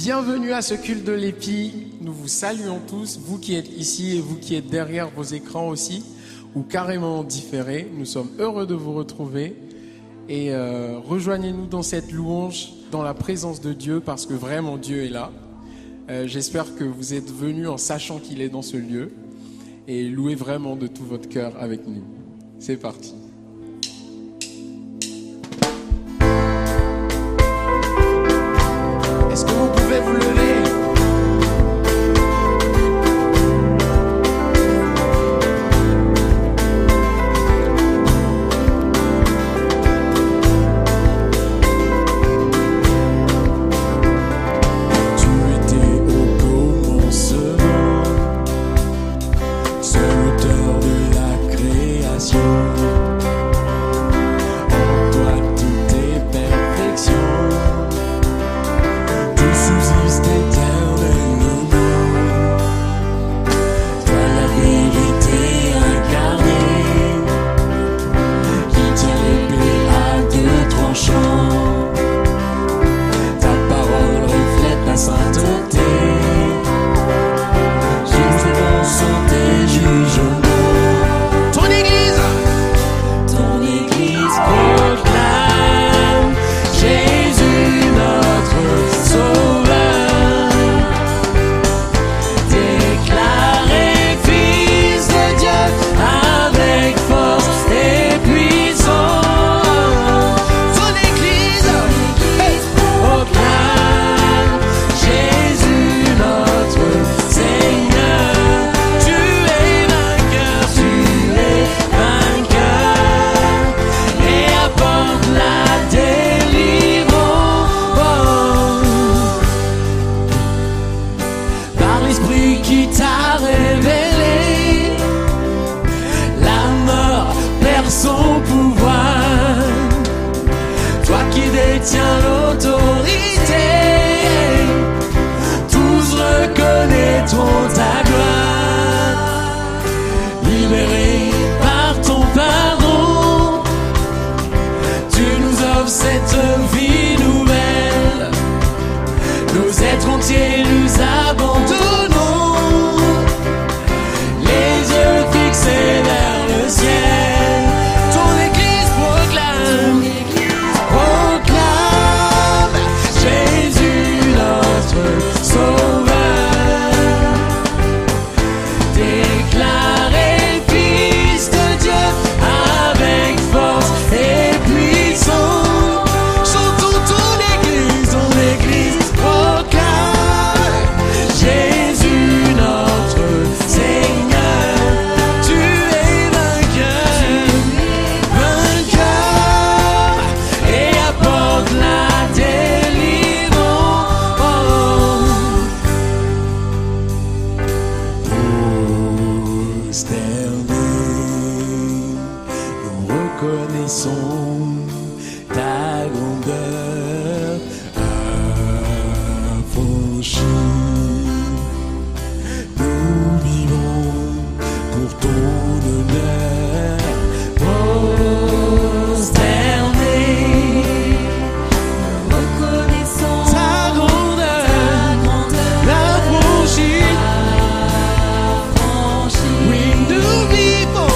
Bienvenue à ce culte de l'Épi. Nous vous saluons tous, vous qui êtes ici et vous qui êtes derrière vos écrans aussi, ou carrément différés. Nous sommes heureux de vous retrouver et rejoignez-nous dans cette louange, dans la présence de Dieu, parce que vraiment Dieu est là. J'espère que vous êtes venus en sachant qu'il est dans ce lieu et louez vraiment de tout votre cœur avec nous. C'est parti. Est-ce que vous pouvez vous lever?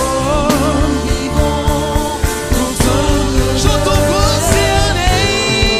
Chantons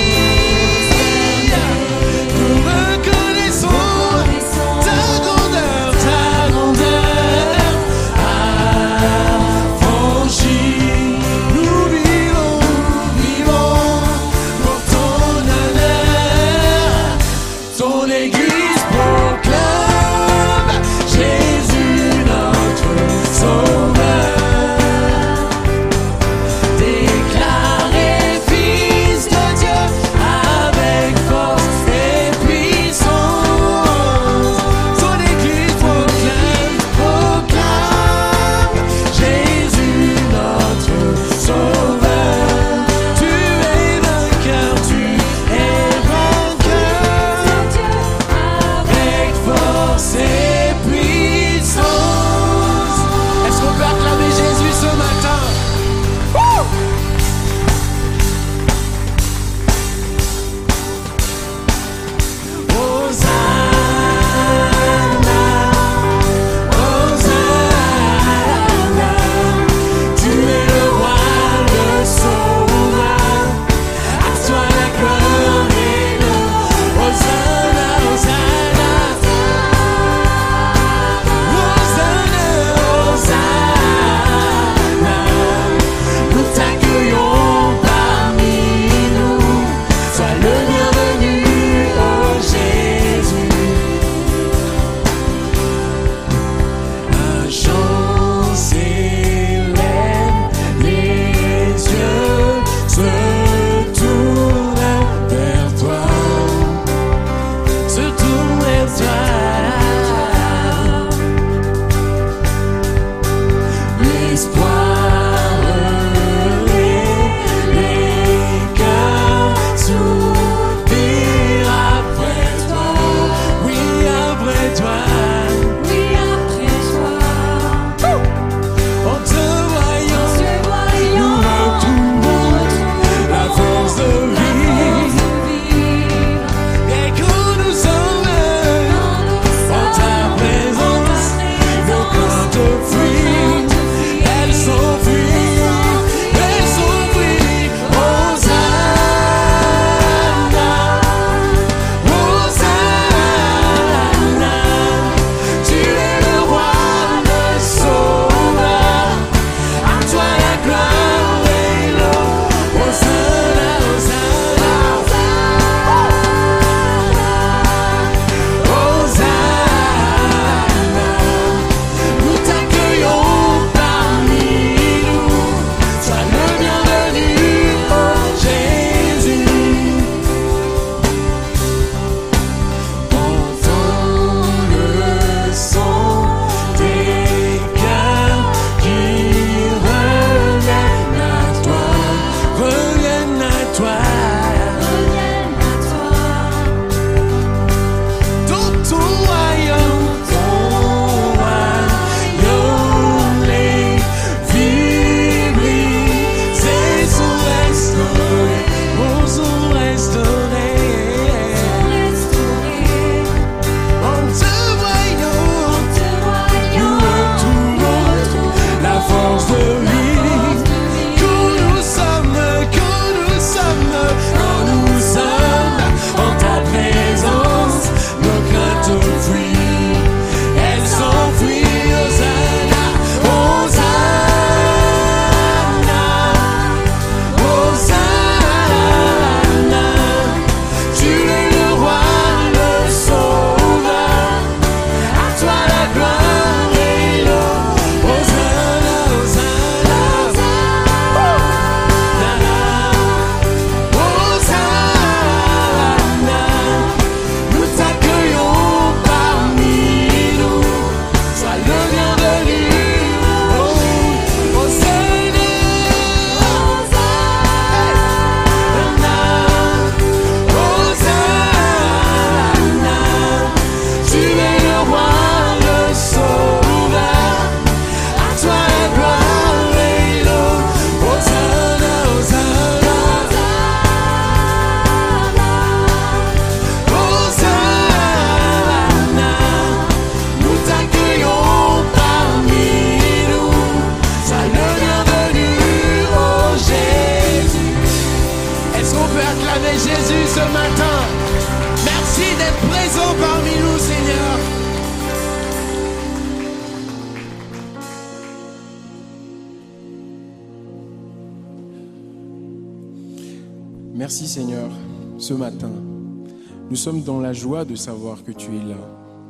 Merci Seigneur, ce matin, nous sommes dans la joie de savoir que tu es là.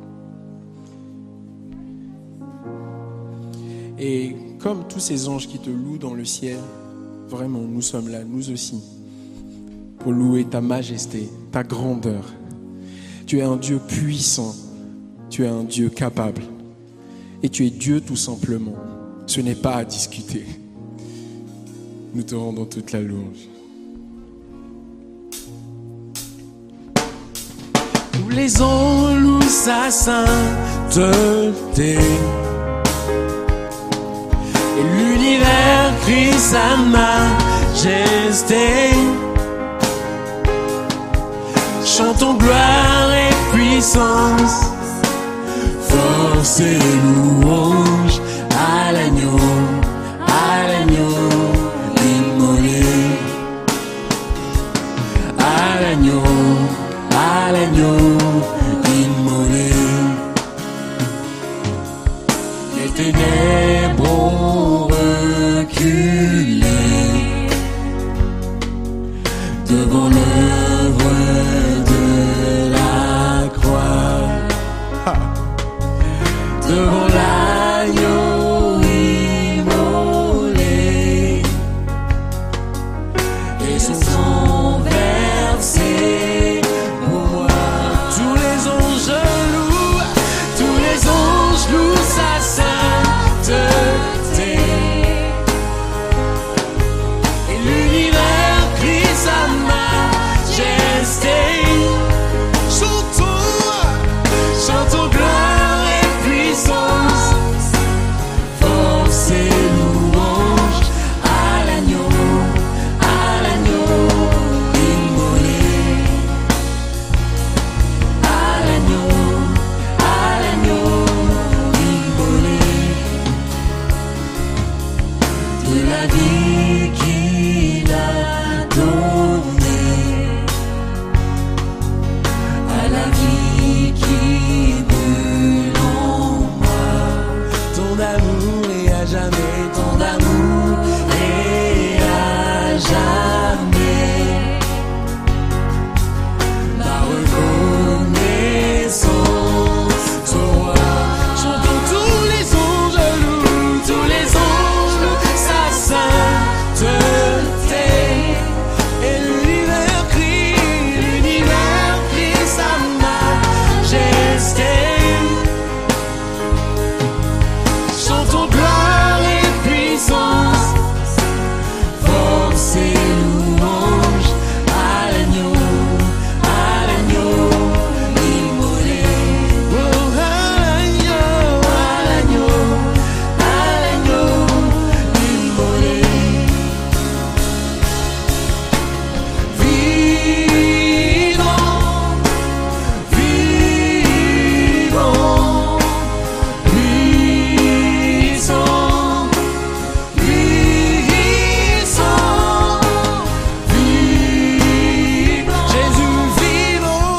Et comme tous ces anges qui te louent dans le ciel, vraiment, nous sommes là, nous aussi, pour louer ta majesté, ta grandeur. Tu es un Dieu puissant, tu es un Dieu capable. Et tu es Dieu tout simplement. Ce n'est pas à discuter. Nous te rendons toute la louange. Tous les anges louent sa sainteté. Et l'univers crie sa majesté. Chantons gloire et puissance, force et louange à l'agneau immolé. À l'agneau immolé. Les ténèbres ont reculé devant l'œuvre de la croix, devant l'agneau immolé, et son sang versé pour moi. Tous les anges louent sa sainteté. Et l'univers crie sa majesté. Chantons gloire et puissance, force et louange à l'agneau immolé. À l'agneau immolé. De la vie qu'il a donnée à la vie qui brûle en moi. Ton amour est à jamais, ton amour est à jamais. Ma reconnaissance, toi. Chantons tous les anges louent sa sainteté. Et l'univers crie sa majesté. Chantons gloire et puissance, force et louange à l'agneau immolé. Oh, à l'agneau immolé. Vivant, puissant, Jésus vivant,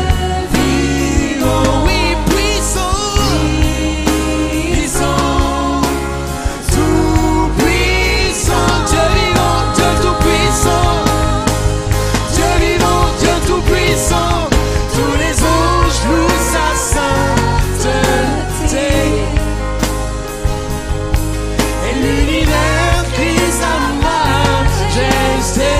oui, puissant, tout puissant, Dieu vivant, Dieu tout puissant, Dieu vivant, Dieu tout puissant. Tous les anges louent sa sainteté. Et l'univers crie sa majesté.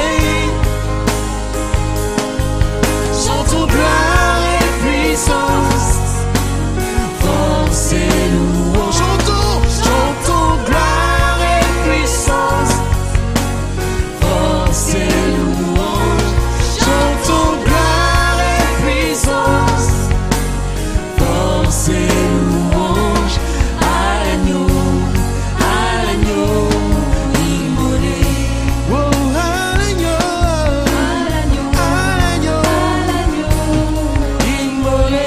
Chantons gloire et puissance, force et louange. Chantons gloire et puissance, force et louange. Chantons gloire et puissance, force et louange à l'agneau immolé. Oh, à l'agneau immolé.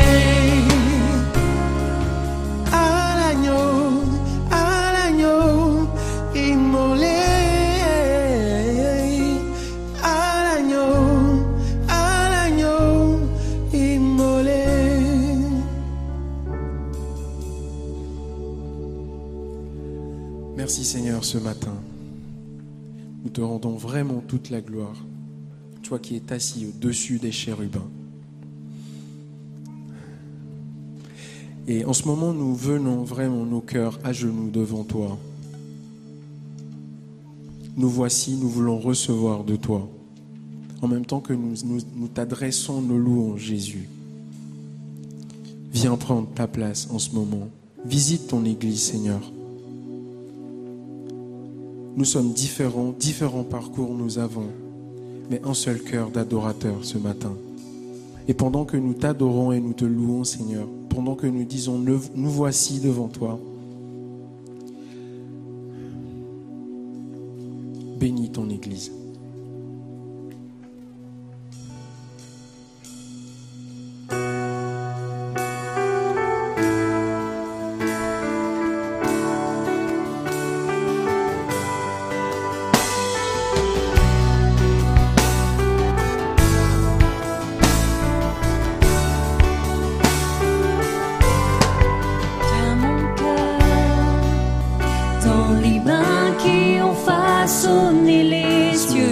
À l'agneau immolé. À l'agneau immolé. Merci Seigneur ce matin. Nous te rendons vraiment toute la gloire. toi qui es assis au-dessus des chérubins. Et en ce moment, nous venons vraiment nos cœurs à genoux devant toi. Nous voici, nous voulons recevoir de toi. En même temps que nous t'adressons nos louanges, Jésus. Viens prendre ta place en ce moment. Visite ton Église, Seigneur. Nous sommes différents parcours nous avons, mais un seul cœur d'adorateur ce matin. Et pendant que nous t'adorons et nous te louons, Seigneur, pendant que nous disons nous voici devant toi, bénis ton Église. Dans les mains qui ont façonné les cieux.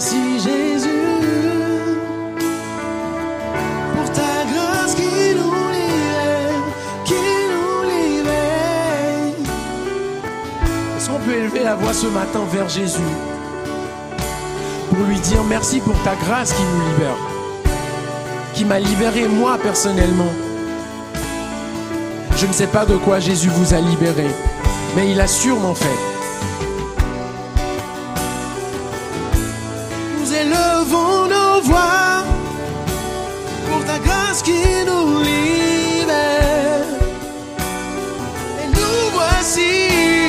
Merci Jésus pour ta grâce qui nous libère, Est-ce qu'on peut élever la voix ce matin vers Jésus pour lui dire merci pour ta grâce qui nous libère, qui m'a libéré moi personnellement. Je ne sais pas de quoi Jésus vous a libéré, mais il a sûrement fait. Nous élevons nos voix pour ta grâce qui nous libère. Et nous voici.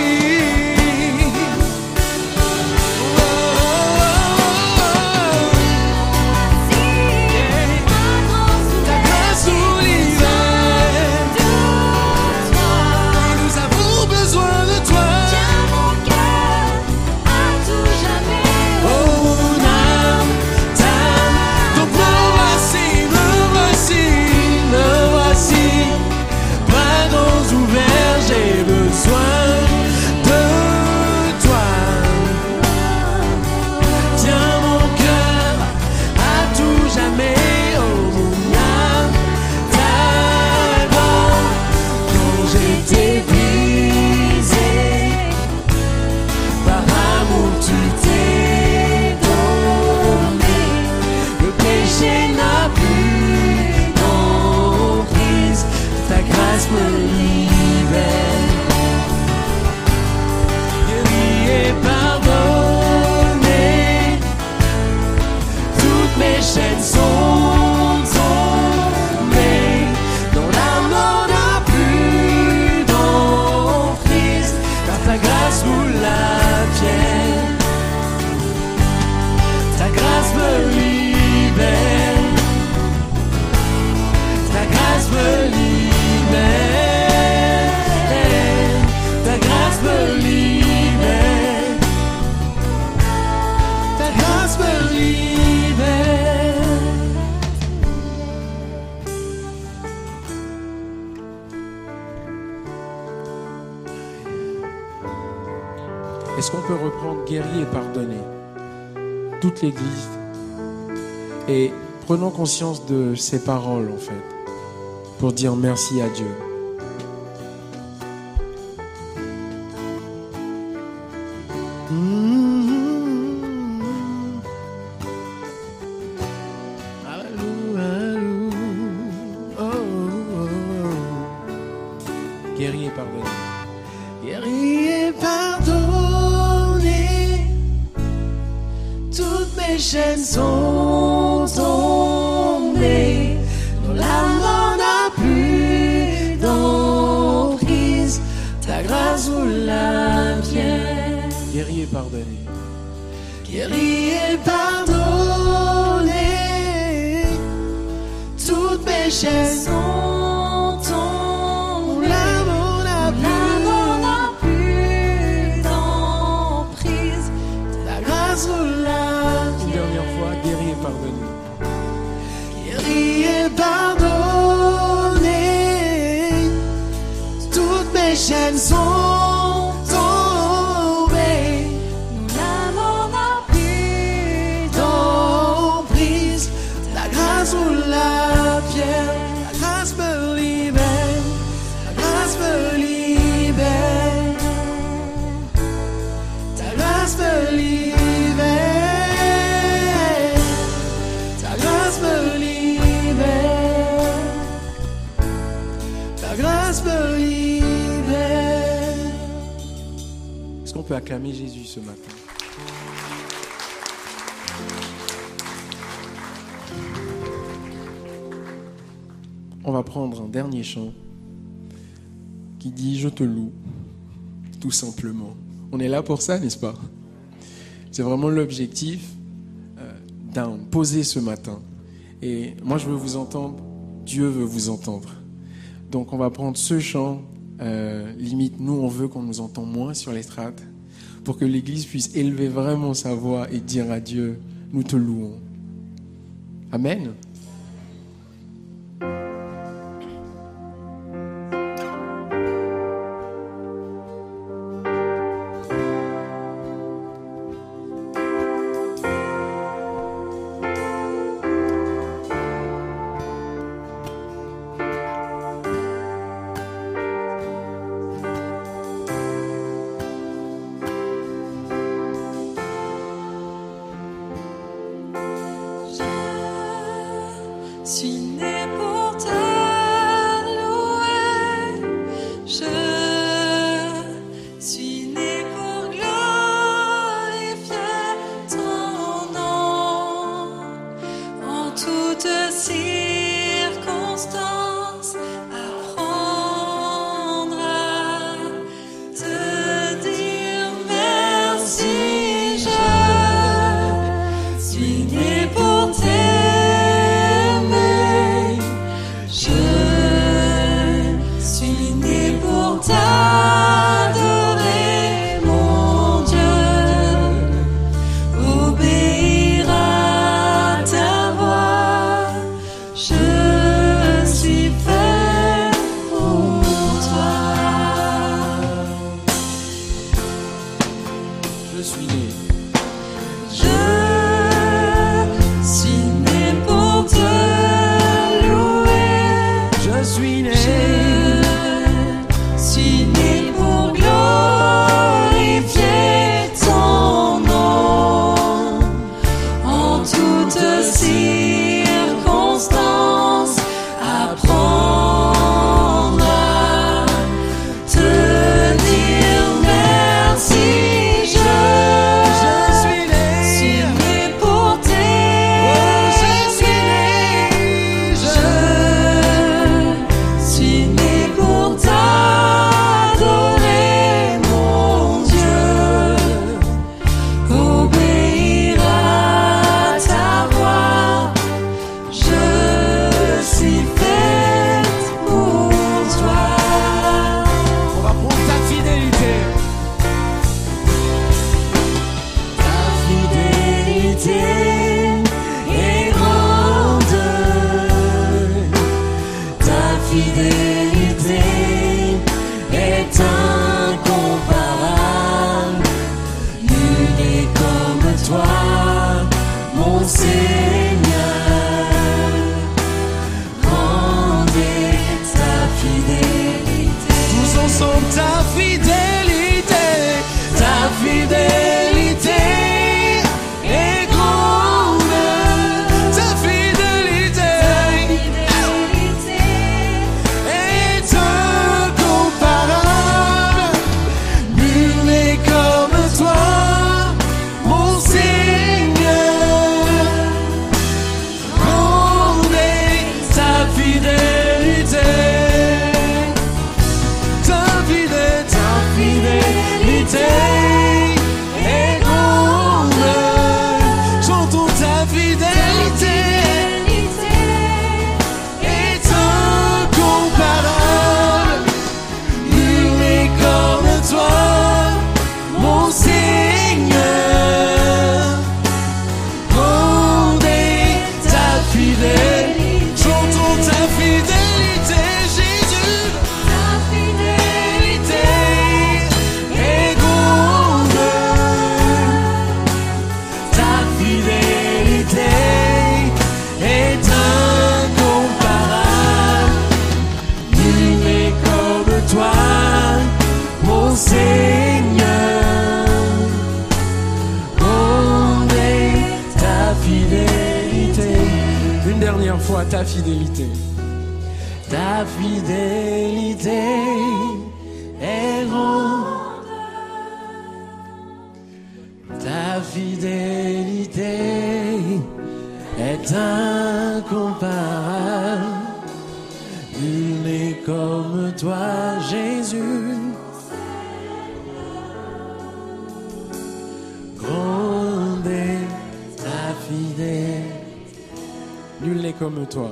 Est-ce qu'on peut reprendre guéri et pardonner toute l'Église et prenons conscience de ces paroles en fait pour dire merci à Dieu. Guéri et pardonné. Guéri et pardonné. Toutes mes chaînes sont tombées. Mon âme n'a plus d'emprise. Ta grâce vous la vient. Guéri et pardonné. Guéri et pardonné. Toutes mes chaînes sont les chaînes sont tombées. Nous n'avons plus d'emprise. La grâce ou la pierre. La grâce me libère. La grâce me libère. Ta grâce me libère. Ta grâce me libère. Ta grâce me libère. Est-ce qu'on peut acclamer Jésus ce matin? On va prendre un dernier chant qui dit « Je te loue », tout simplement. On est là pour ça, n'est-ce pas? C'est vraiment l'objectif d'un posé ce matin. Et moi, je veux vous entendre, Dieu veut vous entendre. Donc, on va prendre ce chant. Limite, nous, on veut qu'on nous entende moins sur l'estrade pour que l'Église puisse élever vraiment sa voix et dire à Dieu, nous te louons. Amen. chanter. Je suis né pour te louer. Je suis né. Je suis né pour glorifier ton nom. En toutes circonstances, apprendre à te dire merci. Je suis né pour t'aimer. Je suis né pour t'adorer, mon Dieu. Obéir à ta voix. Je suis faite pour toi. On va prendre ta fidélité. Ta fidélité est grande. Ta fidélité est incomparable. Nul n'est comme toi, mon Seigneur. Grande est ta fidélité. Tous ensemble, ta fidélité. Ta fidélité est grande. Ta fidélité est incomparable. Nul n'est comme toi, mon Seigneur. Grande est ta fidélité. Ta fidélité est grande. Chantons ta fidélité est incomparable. Nul n'est comme toi, mon Seigneur. Grande est ta fidélité. Chantons ta fidélité, Jésus. Ta fidélité Est grande. Ta fidélité est incomparable. Nul n'est comme toi, mon Seigneur. Grande est ta fidélité. Une dernière fois, ta fidélité. Ta fidélité est grande. Ta fidélité est incomparable. Nul n'est comme toi, Jésus. Grande est ta fidélité. Nul n'est comme toi.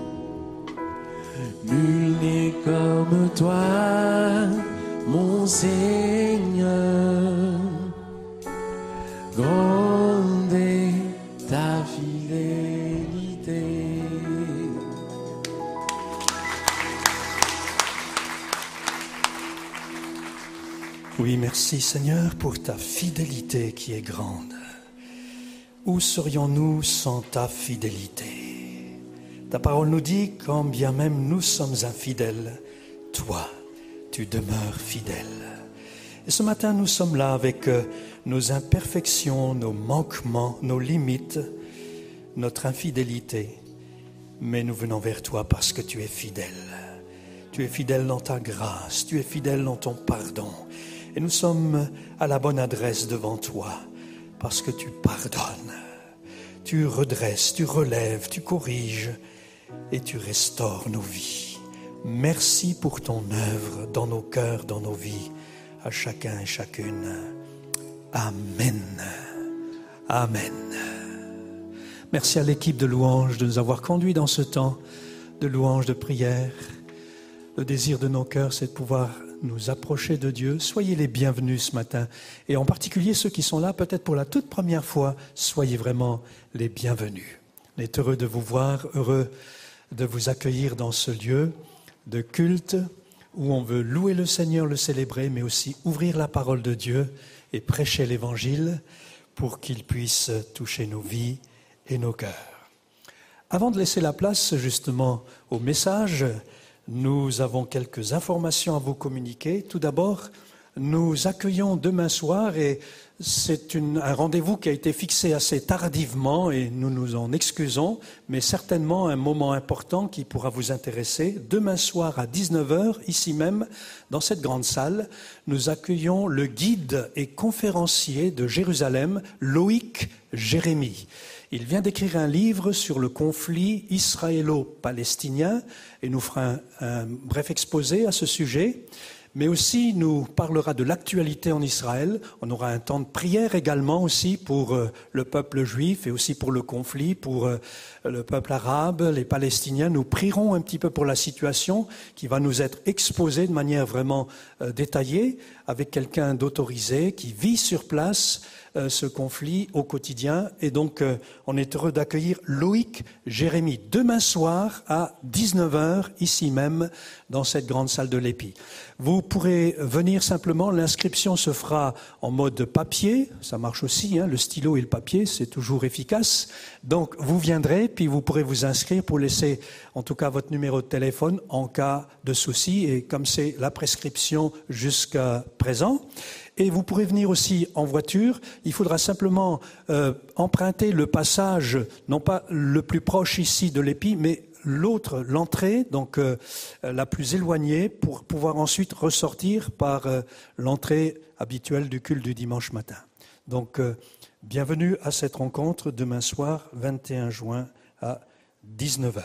Nul n'est comme toi, mon Seigneur. Grande est ta fidélité. Oui, merci Seigneur pour ta fidélité qui est grande. Où serions-nous sans ta fidélité? Ta parole nous dit, quand bien même nous sommes infidèles, toi, tu demeures fidèle. Et ce matin, nous sommes là avec nos imperfections, nos manquements, nos limites, notre infidélité. Mais nous venons vers toi parce que tu es fidèle. Tu es fidèle dans ta grâce, tu es fidèle dans ton pardon. Et nous sommes à la bonne adresse devant toi parce que tu pardonnes, tu redresses, tu relèves, tu corriges et tu restaures nos vies. Merci pour ton œuvre dans nos cœurs, dans nos vies, à chacun et chacune. Amen. Amen. Merci à l'équipe de louanges de nous avoir conduits dans ce temps de louange, de prière. Le désir de nos cœurs, c'est de pouvoir nous approcher de Dieu. Soyez les bienvenus ce matin. Et en particulier ceux qui sont là, peut-être pour la toute première fois, soyez vraiment les bienvenus. On est heureux de vous voir, heureux de vous accueillir dans ce lieu de culte où on veut louer le Seigneur, le célébrer, mais aussi ouvrir la parole de Dieu et prêcher l'Évangile pour qu'il puisse toucher nos vies et nos cœurs. Avant de laisser la place justement au message, nous avons quelques informations à vous communiquer. Tout d'abord, nous accueillons demain soir et c'est un rendez-vous qui a été fixé assez tardivement et nous nous en excusons, mais certainement un moment important qui pourra vous intéresser. Demain soir à 19h, ici même, dans cette grande salle, nous accueillons le guide et conférencier de Jérusalem, Loïc Jérémy. Il vient d'écrire un livre sur le conflit israélo-palestinien et nous fera un bref exposé à ce sujet. Mais aussi nous parlera de l'actualité en Israël. On aura un temps de prière également aussi pour le peuple juif et aussi pour le conflit, pour le peuple arabe, les Palestiniens. Nous prierons un petit peu pour la situation qui va nous être exposée de manière vraiment détaillée avec quelqu'un d'autorisé qui vit sur place ce conflit au quotidien. Et donc, on est heureux d'accueillir Loïc Jérémy demain soir à 19h, ici même, dans cette grande salle de l'Épi. Vous pourrez venir simplement, l'inscription se fera en mode papier, ça marche aussi, le stylo et le papier, c'est toujours efficace. Donc, vous viendrez, puis vous pourrez vous inscrire pour laisser, en tout cas, votre numéro de téléphone en cas de souci, et comme c'est la prescription jusqu'à présent. Et vous pourrez venir aussi en voiture. Il faudra simplement emprunter le passage, non pas le plus proche ici de l'Épi, mais l'entrée, donc la plus éloignée, pour pouvoir ensuite ressortir par l'entrée habituelle du culte du dimanche matin. Donc, bienvenue à cette rencontre demain soir, 21 juin à 19h.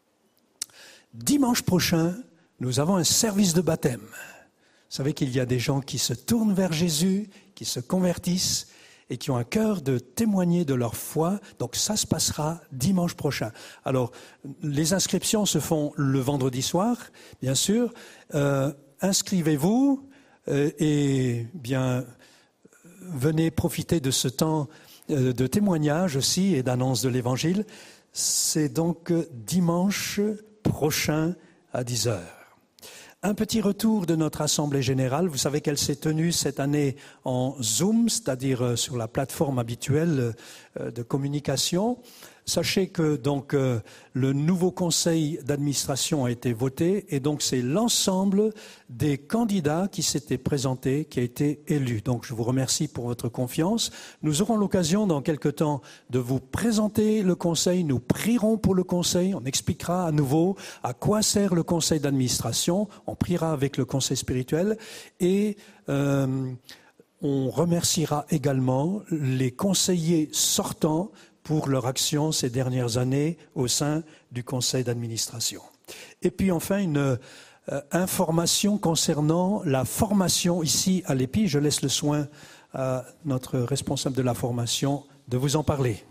Dimanche prochain, nous avons un service de baptême. Vous savez qu'il y a des gens qui se tournent vers Jésus, qui se convertissent et qui ont un cœur de témoigner de leur foi. Donc ça se passera dimanche prochain. Alors, les inscriptions se font le vendredi soir, bien sûr. Inscrivez-vous et bien venez profiter de ce temps de témoignage aussi et d'annonce de l'Évangile. C'est donc dimanche prochain à 10h. Un petit retour de notre Assemblée générale. Vous savez qu'elle s'est tenue cette année en Zoom, c'est-à-dire sur la plateforme habituelle de communication. Sachez que donc le nouveau conseil d'administration a été voté et donc c'est l'ensemble des candidats qui s'étaient présentés qui a été élu. Donc je vous remercie pour votre confiance. Nous aurons l'occasion dans quelque temps de vous présenter le conseil. Nous prierons pour le conseil. On expliquera à nouveau à quoi sert le conseil d'administration. On priera avec le conseil spirituel et on remerciera également les conseillers sortants pour leur action ces dernières années au sein du conseil d'administration. Et puis enfin, une information concernant la formation ici à l'Épi. Je laisse le soin à notre responsable de la formation de vous en parler.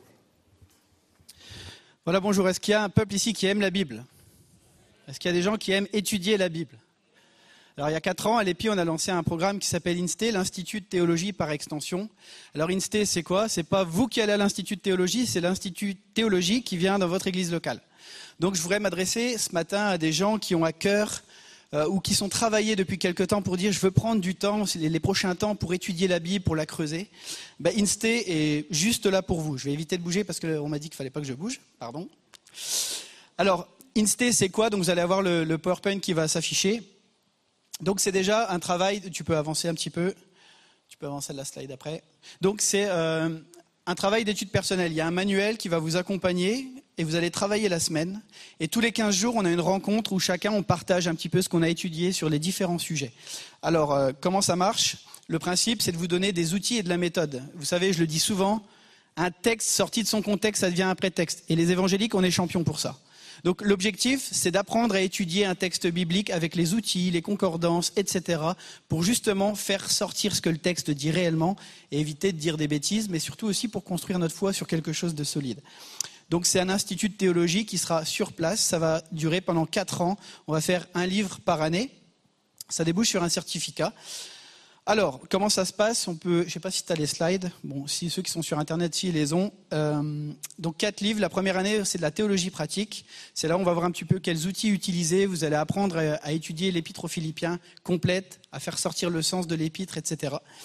Voilà, bonjour. Est-ce qu'il y a un peuple ici qui aime la Bible ? Est-ce qu'il y a des gens qui aiment étudier la Bible ? Alors, il y a 4 ans, à l'Épi, on a lancé un programme qui s'appelle INSTE, l'Institut de théologie par extension. Alors, INSTE, c'est quoi ? C'est pas vous qui allez à l'Institut de théologie, c'est l'Institut de théologie qui vient dans votre église locale. Donc, je voudrais m'adresser ce matin à des gens qui ont à cœur ou qui sont travaillés depuis quelque temps pour dire « je veux prendre du temps, les prochains temps, pour étudier la Bible, pour la creuser ». INSTE est juste là pour vous. Je vais éviter de bouger parce qu'on m'a dit qu'il ne fallait pas que je bouge. Pardon. Alors, INSTE, c'est quoi ? Donc, vous allez avoir le PowerPoint qui va s'afficher. Donc c'est déjà un travail, tu peux avancer un petit peu, tu peux avancer la slide après. Donc c'est un travail d'étude personnelle. Il y a un manuel qui va vous accompagner et vous allez travailler la semaine. Et tous les 15 jours, on a une rencontre où chacun, on partage un petit peu ce qu'on a étudié sur les différents sujets. Alors, comment ça marche ? Le principe, c'est de vous donner des outils et de la méthode. Vous savez, je le dis souvent, un texte sorti de son contexte, ça devient un prétexte. Et les évangéliques, on est champions pour ça. Donc l'objectif, c'est d'apprendre à étudier un texte biblique avec les outils, les concordances, etc. pour justement faire sortir ce que le texte dit réellement et éviter de dire des bêtises, mais surtout aussi pour construire notre foi sur quelque chose de solide. Donc c'est un institut de théologie qui sera sur place, ça va durer pendant 4 ans, on va faire un livre par année, ça débouche sur un certificat. Alors, comment ça se passe ? Je ne sais pas si tu as les slides. Bon, si ceux qui sont sur Internet, si ils les ont. Donc, 4 livres. La première année, c'est de la théologie pratique. C'est là où on va voir un petit peu quels outils utiliser. Vous allez apprendre à étudier l'épître aux Philippiens complète, à faire sortir le sens de l'épître, etc.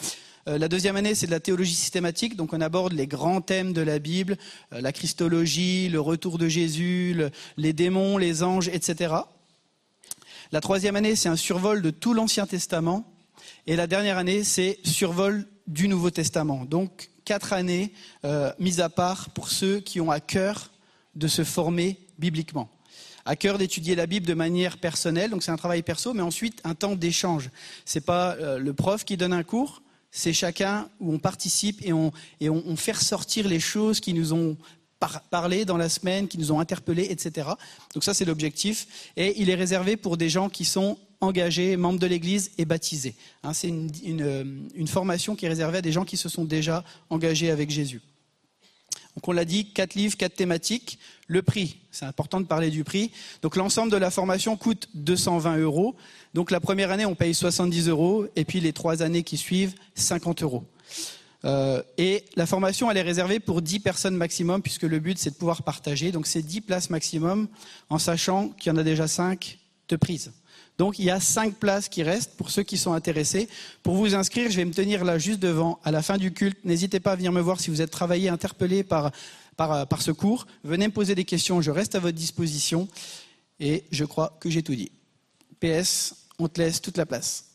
La deuxième année, c'est de la théologie systématique, donc on aborde les grands thèmes de la Bible, la Christologie, le retour de Jésus, les démons, les anges, etc. La troisième année, c'est un survol de tout l'Ancien Testament. Et la dernière année, c'est survol du Nouveau Testament. Donc 4 années mises à part pour ceux qui ont à cœur de se former bibliquement. À cœur d'étudier la Bible de manière personnelle, donc c'est un travail perso, mais ensuite un temps d'échange. C'est pas le prof qui donne un cours, c'est chacun où on participe et on fait ressortir les choses qui nous ont parlé dans la semaine, qui nous ont interpellés, etc. Donc ça, c'est l'objectif. Et il est réservé pour des gens qui sont engagés, membres de l'Église et baptisés. C'est une formation qui est réservée à des gens qui se sont déjà engagés avec Jésus. Donc on l'a dit, 4 livres, 4 thématiques. Le prix, c'est important de parler du prix. Donc l'ensemble de la formation coûte 220 €. Donc la première année, on paye 70 € et puis les 3 années qui suivent, 50 €. Et la formation, elle est réservée pour 10 personnes maximum puisque le but, c'est de pouvoir partager. Donc c'est 10 places maximum en sachant qu'il y en a déjà 5 de prises. Donc il y a 5 places qui restent pour ceux qui sont intéressés. Pour vous inscrire, je vais me tenir là juste devant à la fin du culte. N'hésitez pas à venir me voir si vous êtes travaillé, interpellé par ce cours. Venez me poser des questions, je reste à votre disposition. Et je crois que j'ai tout dit. PS, on te laisse toute la place.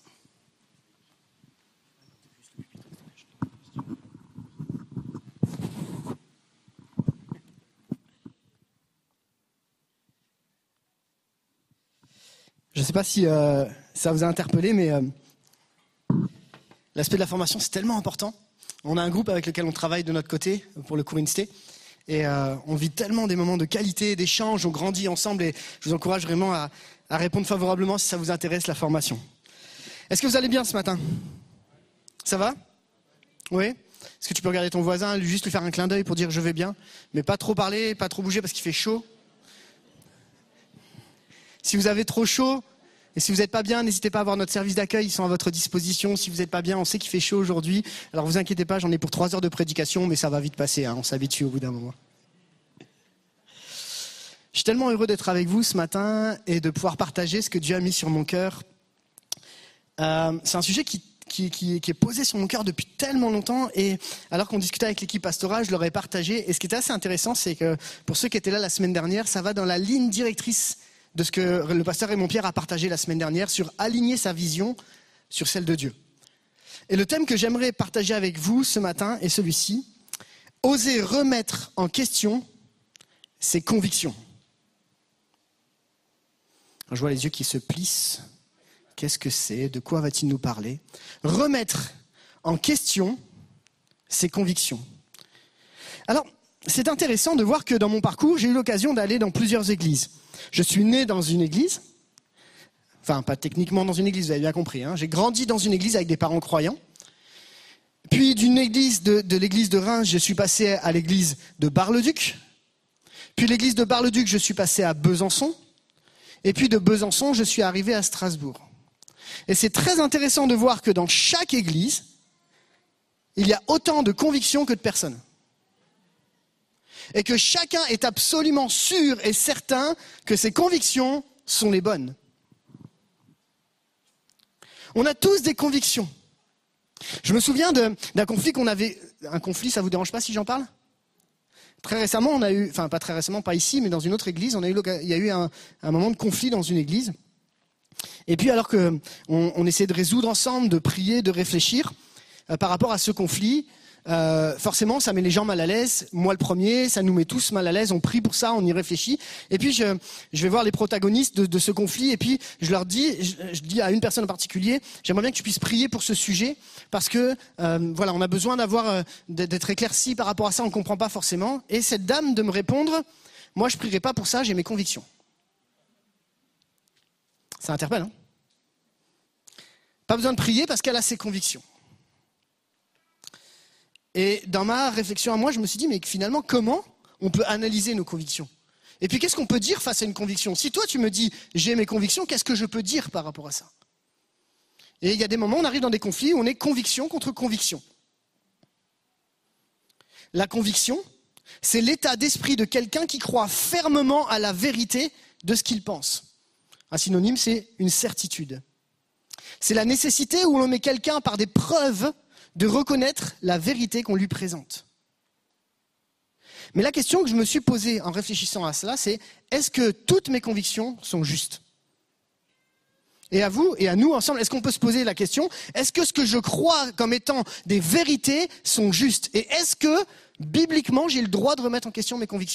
Je ne sais pas si ça vous a interpellé, mais l'aspect de la formation, c'est tellement important. On a un groupe avec lequel on travaille de notre côté pour le cours INSTE. Et on vit tellement des moments de qualité, d'échange, on grandit ensemble. Et je vous encourage vraiment à répondre favorablement si ça vous intéresse, la formation. Est-ce que vous allez bien ce matin? Ça va? Oui? Est-ce que tu peux regarder ton voisin, juste lui faire un clin d'œil pour dire « je vais bien », mais pas trop parler, pas trop bouger parce qu'il fait chaud? Si vous avez trop chaud et si vous n'êtes pas bien, n'hésitez pas à voir notre service d'accueil, ils sont à votre disposition. Si vous n'êtes pas bien, on sait qu'il fait chaud aujourd'hui. Alors vous inquiétez pas, j'en ai pour 3 heures de prédication, mais ça va vite passer, on s'habitue au bout d'un moment. Je suis tellement heureux d'être avec vous ce matin et de pouvoir partager ce que Dieu a mis sur mon cœur. C'est un sujet qui est posé sur mon cœur depuis tellement longtemps, et alors qu'on discutait avec l'équipe pastorale, je leur ai partagé. Et ce qui était assez intéressant, c'est que pour ceux qui étaient là la semaine dernière, ça va dans la ligne directrice de ce que le pasteur Raymond Pierre a partagé la semaine dernière sur aligner sa vision sur celle de Dieu. Et le thème que j'aimerais partager avec vous ce matin est celui-ci: oser remettre en question ses convictions. Alors, je vois les yeux qui se plissent. Qu'est-ce que c'est? De quoi va-t-il nous parler? Remettre en question ses convictions. Alors, c'est intéressant de voir que dans mon parcours, j'ai eu l'occasion d'aller dans plusieurs églises. Je suis né dans une église, enfin pas techniquement dans une église, vous avez bien compris. J'ai grandi dans une église avec des parents croyants. Puis d'une église de l'église de Reims, je suis passé à l'église de Bar-le-Duc. Puis l'église de Bar-le-Duc, je suis passé à Besançon. Et puis de Besançon, je suis arrivé à Strasbourg. Et c'est très intéressant de voir que dans chaque église, il y a autant de convictions que de personnes. Et que chacun est absolument sûr et certain que ses convictions sont les bonnes. On a tous des convictions. Je me souviens d'un conflit qu'on avait... Un conflit, ça vous dérange pas si j'en parle? Très récemment, on a eu... Enfin, pas très récemment, pas ici, mais dans une autre église, il y a eu un moment de conflit dans une église. Et puis, alors qu'on essayait de résoudre ensemble, de prier, de réfléchir par rapport à ce conflit... forcément ça met les gens mal à l'aise, moi le premier, ça nous met tous mal à l'aise, on prie pour ça, on y réfléchit, et puis je vais voir les protagonistes de ce conflit, et puis je leur dis, je dis à une personne en particulier, j'aimerais bien que tu puisses prier pour ce sujet, parce que voilà, on a besoin d'être éclairci par rapport à ça, on ne comprend pas forcément, et cette dame de me répondre, moi je ne prierai pas pour ça, j'ai mes convictions. Ça interpelle, hein? Pas besoin de prier parce qu'elle a ses convictions. Et dans ma réflexion à moi, je me suis dit, mais finalement, comment on peut analyser nos convictions? Et puis, qu'est-ce qu'on peut dire face à une conviction? Si toi, tu me dis, j'ai mes convictions, qu'est-ce que je peux dire par rapport à ça? Et il y a des moments où on arrive dans des conflits où on est conviction contre conviction. La conviction, c'est l'état d'esprit de quelqu'un qui croit fermement à la vérité de ce qu'il pense. Un synonyme, c'est une certitude. C'est la nécessité où l'on met quelqu'un par des preuves de reconnaître la vérité qu'on lui présente. Mais la question que je me suis posée en réfléchissant à cela, c'est est-ce que toutes mes convictions sont justes ? Et à vous et à nous ensemble, est-ce qu'on peut se poser la question, est-ce que ce que je crois comme étant des vérités sont justes ? Et est-ce que, bibliquement, j'ai le droit de remettre en question mes convictions ?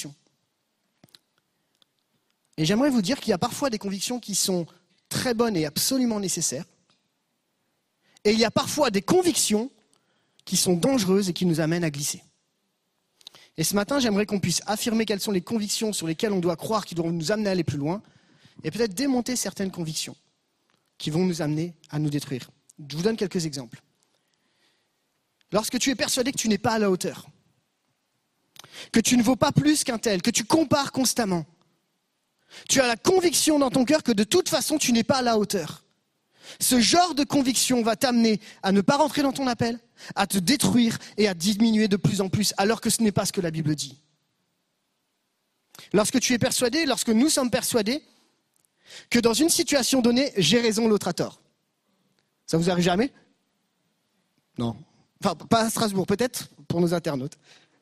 Et j'aimerais vous dire qu'il y a parfois des convictions qui sont très bonnes et absolument nécessaires. Et il y a parfois des convictions qui sont dangereuses et qui nous amènent à glisser. Et ce matin, j'aimerais qu'on puisse affirmer quelles sont les convictions sur lesquelles on doit croire, qui doivent nous amener à aller plus loin, et peut-être démonter certaines convictions qui vont nous amener à nous détruire. Je vous donne quelques exemples. Lorsque tu es persuadé que tu n'es pas à la hauteur, que tu ne vaux pas plus qu'un tel, que tu compares constamment, tu as la conviction dans ton cœur que de toute façon tu n'es pas à la hauteur. Ce genre de conviction va t'amener à ne pas rentrer dans ton appel, à te détruire et à diminuer de plus en plus, alors que ce n'est pas ce que la Bible dit. Lorsque tu es persuadé, lorsque nous sommes persuadés, que dans une situation donnée, j'ai raison, l'autre a tort. Ça vous arrive jamais ? Non. Enfin, pas à Strasbourg, peut-être pour nos internautes.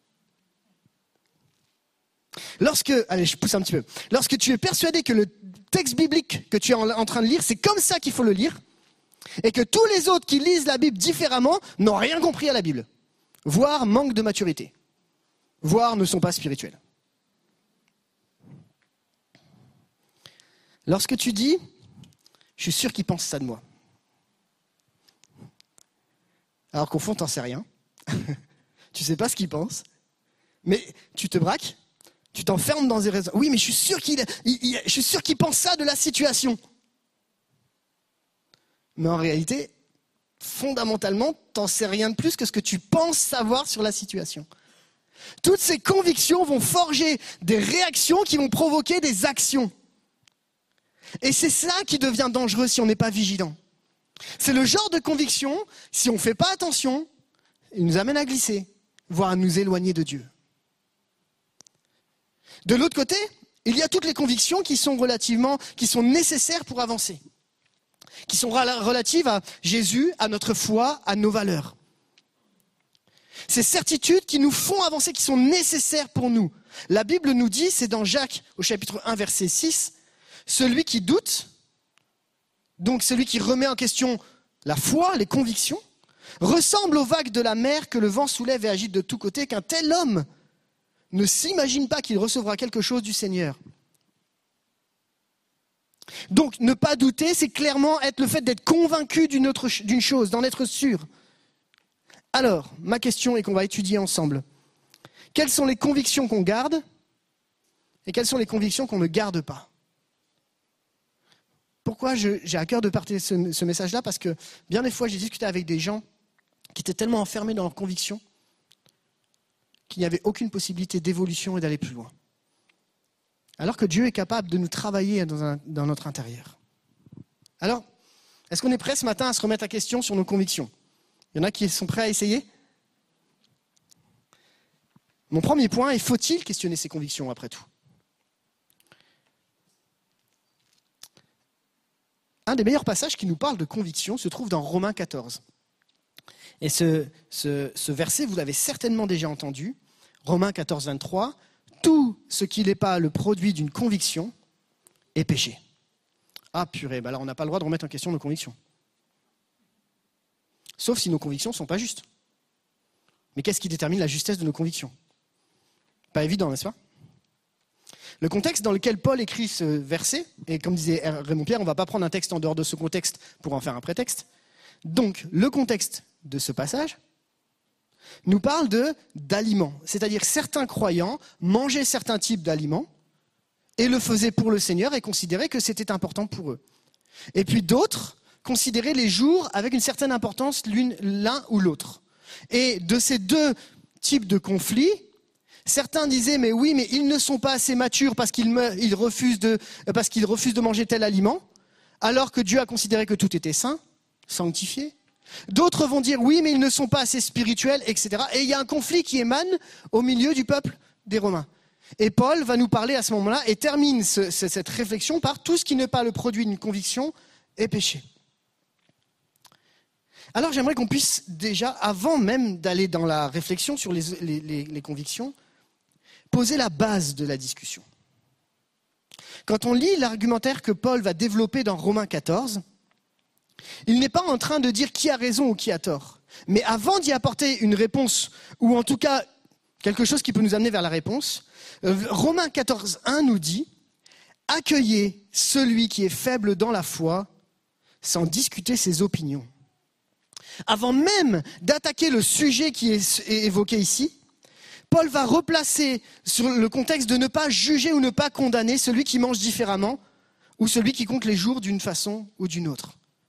Allez, je pousse un petit peu. Lorsque tu es persuadé que le texte biblique que tu es en train de lire, c'est comme ça qu'il faut le lire, et que tous les autres qui lisent la Bible différemment n'ont rien compris à la Bible, voire manquent de maturité, voire ne sont pas spirituels. Lorsque tu dis « je suis sûr qu'il pense ça de moi », alors qu'au fond, t'en sais rien, tu sais pas ce qu'il pense, mais tu te braques, tu t'enfermes dans des raisons. Oui, mais je suis sûr qu'il pense ça de la situation. Mais en réalité, fondamentalement, t'en sais rien de plus que ce que tu penses savoir sur la situation. Toutes ces convictions vont forger des réactions qui vont provoquer des actions. Et c'est ça qui devient dangereux si on n'est pas vigilant. C'est le genre de conviction, si on ne fait pas attention, il nous amène à glisser, voire à nous éloigner de Dieu. De l'autre côté, il y a toutes les convictions qui sont nécessaires pour avancer, qui sont relatives à Jésus, à notre foi, à nos valeurs. Ces certitudes qui nous font avancer, qui sont nécessaires pour nous. La Bible nous dit, c'est dans Jacques au chapitre 1, verset 6, celui qui doute, donc celui qui remet en question la foi, les convictions, ressemble aux vagues de la mer que le vent soulève et agite de tous côtés, qu'un tel homme ne s'imagine pas qu'il recevra quelque chose du Seigneur. Donc, ne pas douter, c'est clairement être le fait d'être convaincu d'une chose, d'en être sûr. Alors, ma question est qu'on va étudier ensemble. Quelles sont les convictions qu'on garde et quelles sont les convictions qu'on ne garde pas ? Pourquoi j'ai à cœur de partager ce message-là ? Parce que bien des fois, j'ai discuté avec des gens qui étaient tellement enfermés dans leurs convictions qu'il n'y avait aucune possibilité d'évolution et d'aller plus loin. Alors que Dieu est capable de nous travailler dans notre intérieur. Alors, est-ce qu'on est prêt ce matin à se remettre en question sur nos convictions ? Il y en a qui sont prêts à essayer ? Mon premier point est, faut-il questionner ses convictions après tout ? Un des meilleurs passages qui nous parle de conviction se trouve dans Romains 14. Et ce verset, vous l'avez certainement déjà entendu. Romains 14, 23. Tout ce qui n'est pas le produit d'une conviction est péché. Ah purée, alors on n'a pas le droit de remettre en question nos convictions. Sauf si nos convictions ne sont pas justes. Mais qu'est-ce qui détermine la justesse de nos convictions ? Pas évident, n'est-ce pas ? Le contexte dans lequel Paul écrit ce verset, et comme disait Raymond Pierre, on ne va pas prendre un texte en dehors de ce contexte pour en faire un prétexte. Donc, le contexte de ce passage nous parle d'aliments. C'est-à-dire certains croyants mangeaient certains types d'aliments et le faisaient pour le Seigneur et considéraient que c'était important pour eux. Et puis d'autres considéraient les jours avec une certaine importance l'un ou l'autre. Et de ces deux types de conflits, certains disaient, mais oui, mais ils ne sont pas assez matures parce qu'ils refusent de manger tel aliment, alors que Dieu a considéré que tout était saint, sanctifié. D'autres vont dire, oui, mais ils ne sont pas assez spirituels, etc. Et il y a un conflit qui émane au milieu du peuple des Romains. Et Paul va nous parler à ce moment-là et termine cette réflexion par tout ce qui n'est pas le produit d'une conviction est péché. Alors j'aimerais qu'on puisse déjà, avant même d'aller dans la réflexion sur les convictions, poser la base de la discussion. Quand on lit l'argumentaire que Paul va développer dans Romains 14, il n'est pas en train de dire qui a raison ou qui a tort. Mais avant d'y apporter une réponse, ou en tout cas quelque chose qui peut nous amener vers la réponse, Romains 14, 1 nous dit « Accueillez celui qui est faible dans la foi sans discuter ses opinions. » Avant même d'attaquer le sujet qui est évoqué ici, Paul va replacer sur le contexte de ne pas juger ou ne pas condamner celui qui mange différemment ou celui qui compte les jours d'une façon ou d'une autre.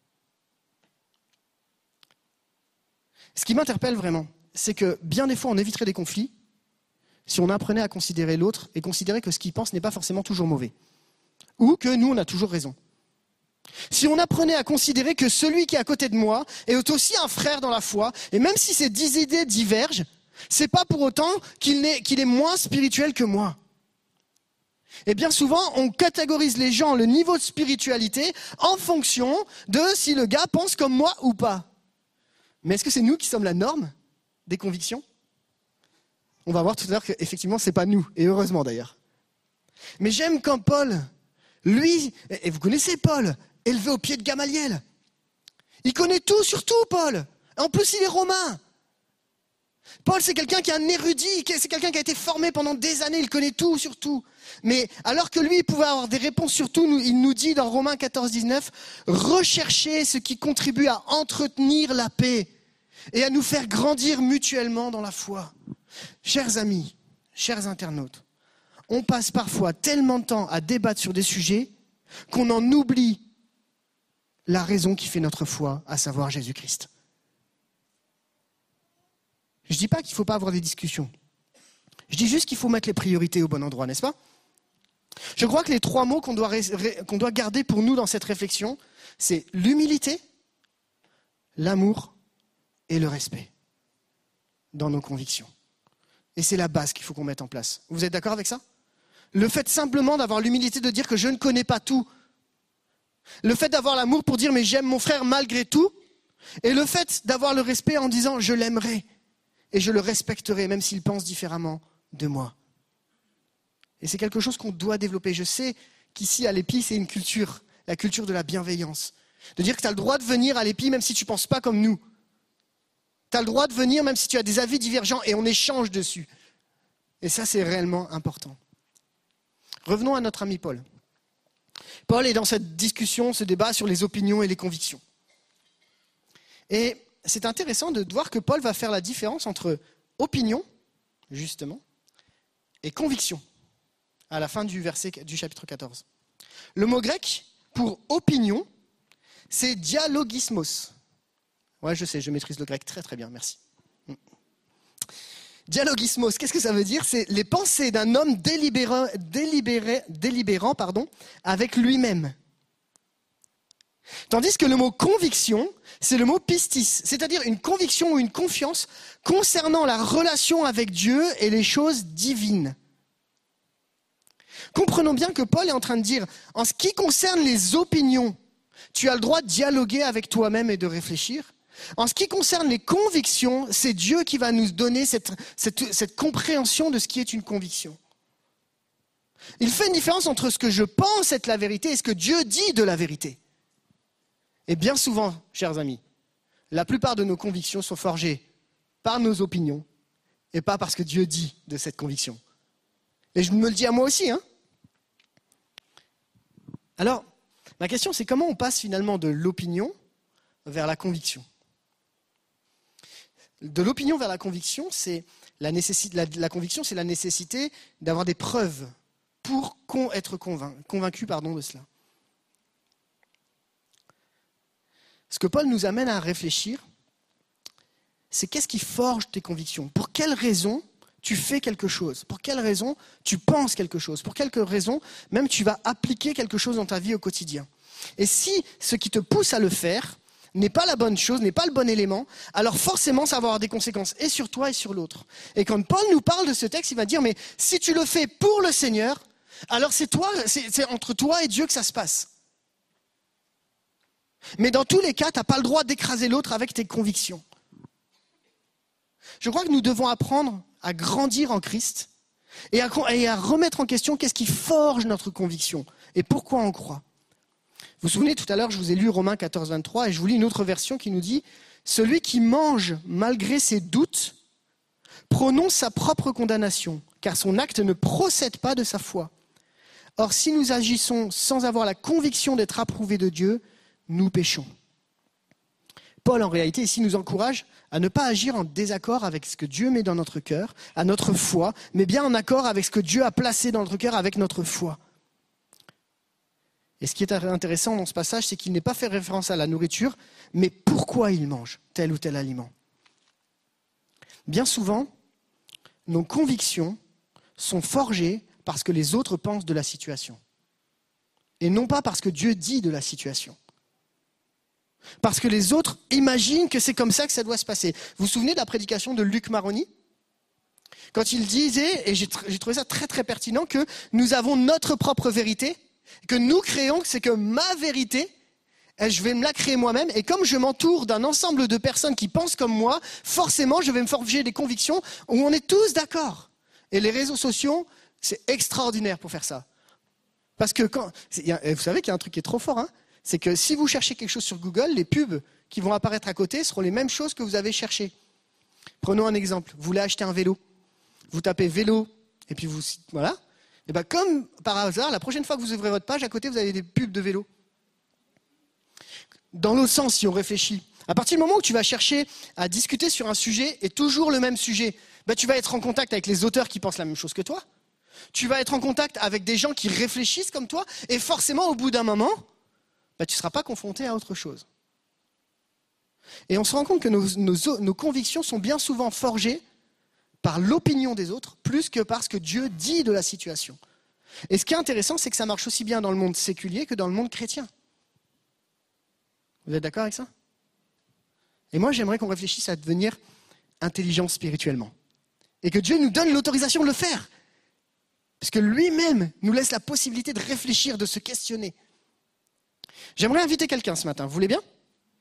Ce qui m'interpelle vraiment, c'est que bien des fois on éviterait des conflits si on apprenait à considérer l'autre et considérer que ce qu'il pense n'est pas forcément toujours mauvais. Ou que nous, on a toujours raison. Si on apprenait à considérer que celui qui est à côté de moi est aussi un frère dans la foi, et même si ces 10 idées divergent, c'est pas pour autant qu'il est moins spirituel que moi. Et bien souvent, on catégorise les gens, le niveau de spiritualité, en fonction de si le gars pense comme moi ou pas. Mais est-ce que c'est nous qui sommes la norme des convictions ? On va voir tout à l'heure qu'effectivement, c'est pas nous, et heureusement d'ailleurs. Mais j'aime quand Paul, lui, et vous connaissez Paul, élevé au pied de Gamaliel. Il connaît tout sur tout, Paul. En plus, il est romain. Paul, c'est quelqu'un qui est un érudit, c'est quelqu'un qui a été formé pendant des années, il connaît tout sur tout. Mais alors que lui, il pouvait avoir des réponses sur tout, il nous dit dans Romains 14, 19, « Recherchez ce qui contribue à entretenir la paix et à nous faire grandir mutuellement dans la foi. » Chers amis, chers internautes, on passe parfois tellement de temps à débattre sur des sujets qu'on en oublie la raison qui fait notre foi, à savoir Jésus-Christ. Je ne dis pas qu'il ne faut pas avoir des discussions. Je dis juste qu'il faut mettre les priorités au bon endroit, n'est-ce pas ? Je crois que les 3 mots qu'on doit garder pour nous dans cette réflexion, c'est l'humilité, l'amour et le respect dans nos convictions. Et c'est la base qu'il faut qu'on mette en place. Vous êtes d'accord avec ça ? Le fait simplement d'avoir l'humilité de dire que je ne connais pas tout. Le fait d'avoir l'amour pour dire mais j'aime mon frère malgré tout. Et le fait d'avoir le respect en disant je l'aimerai et je le respecterai même s'il pense différemment de moi. Et c'est quelque chose qu'on doit développer. Je sais qu'ici à l'Épi c'est une culture, la culture de la bienveillance. De dire que tu as le droit de venir à l'Épi même si tu ne penses pas comme nous. Tu as le droit de venir même si tu as des avis divergents et on échange dessus. Et ça c'est réellement important. Revenons à notre ami Paul. Paul est dans cette discussion, ce débat sur les opinions et les convictions. Et c'est intéressant de voir que Paul va faire la différence entre opinion, justement, et conviction, à la fin du chapitre 14. Le mot grec pour opinion, c'est dialogismos. Ouais, je sais, je maîtrise le grec très très bien, merci. Dialogismos, qu'est-ce que ça veut dire ? C'est les pensées d'un homme délibérant avec lui-même. Tandis que le mot conviction, c'est le mot pistis, c'est-à-dire une conviction ou une confiance concernant la relation avec Dieu et les choses divines. Comprenons bien que Paul est en train de dire, en ce qui concerne les opinions, tu as le droit de dialoguer avec toi-même et de réfléchir. En ce qui concerne les convictions, c'est Dieu qui va nous donner cette compréhension de ce qui est une conviction. Il fait une différence entre ce que je pense être la vérité et ce que Dieu dit de la vérité. Et bien souvent, chers amis, la plupart de nos convictions sont forgées par nos opinions et pas parce que Dieu dit de cette conviction. Et je me le dis à moi aussi, hein. Alors, ma question c'est comment on passe finalement de l'opinion vers la conviction ? De l'opinion vers la conviction, c'est la conviction, c'est la nécessité d'avoir des preuves pour être convaincu de cela. Ce que Paul nous amène à réfléchir, c'est qu'est-ce qui forge tes convictions ? Pour quelle raison tu fais quelque chose ? Pour quelle raison tu penses quelque chose ? Pour quelle raison même tu vas appliquer quelque chose dans ta vie au quotidien ? Et si ce qui te pousse à le faire n'est pas la bonne chose, n'est pas le bon élément, alors forcément ça va avoir des conséquences et sur toi et sur l'autre. Et quand Paul nous parle de ce texte, il va dire, mais si tu le fais pour le Seigneur, alors c'est entre toi et Dieu que ça se passe. Mais dans tous les cas, tu n'as pas le droit d'écraser l'autre avec tes convictions. Je crois que nous devons apprendre à grandir en Christ et à remettre en question qu'est-ce qui forge notre conviction et pourquoi on croit. Vous vous souvenez, tout à l'heure, je vous ai lu Romains 14, 23 et je vous lis une autre version qui nous dit « Celui qui mange malgré ses doutes prononce sa propre condamnation, car son acte ne procède pas de sa foi. Or, si nous agissons sans avoir la conviction d'être approuvés de Dieu, nous péchons. » Paul, en réalité, ici, nous encourage à ne pas agir en désaccord avec ce que Dieu met dans notre cœur, à notre foi, mais bien en accord avec ce que Dieu a placé dans notre cœur avec notre foi. Et ce qui est intéressant dans ce passage, c'est qu'il n'est pas fait référence à la nourriture, mais pourquoi il mange tel ou tel aliment. Bien souvent, nos convictions sont forgées parce que les autres pensent de la situation. Et non pas parce que Dieu dit de la situation. Parce que les autres imaginent que c'est comme ça que ça doit se passer. Vous vous souvenez de la prédication de Luc Maroni ? Quand il disait, et j'ai trouvé ça très très pertinent, que nous avons notre propre vérité, que nous créons, c'est que ma vérité, je vais me la créer moi-même, et comme je m'entoure d'un ensemble de personnes qui pensent comme moi, forcément je vais me forger des convictions où on est tous d'accord. Et les réseaux sociaux, c'est extraordinaire pour faire ça. Parce que vous savez qu'il y a un truc qui est trop fort, hein, c'est que si vous cherchez quelque chose sur Google, les pubs qui vont apparaître à côté seront les mêmes choses que vous avez cherchées. Prenons un exemple, vous voulez acheter un vélo, vous tapez vélo, et puis voilà. Et bien comme par hasard, la prochaine fois que vous ouvrez votre page, à côté vous avez des pubs de vélo. Dans l'autre sens, si on réfléchit, à partir du moment où tu vas chercher à discuter sur un sujet, et toujours le même sujet, tu vas être en contact avec les auteurs qui pensent la même chose que toi, tu vas être en contact avec des gens qui réfléchissent comme toi, et forcément au bout d'un moment, tu ne seras pas confronté à autre chose. Et on se rend compte que nos convictions sont bien souvent forgées par l'opinion des autres, plus que par ce que Dieu dit de la situation. Et ce qui est intéressant, c'est que ça marche aussi bien dans le monde séculier que dans le monde chrétien. Vous êtes d'accord avec ça ? Et moi, j'aimerais qu'on réfléchisse à devenir intelligent spirituellement. Et que Dieu nous donne l'autorisation de le faire. Parce que lui-même nous laisse la possibilité de réfléchir, de se questionner. J'aimerais inviter quelqu'un ce matin. Vous voulez bien ? Ouais ?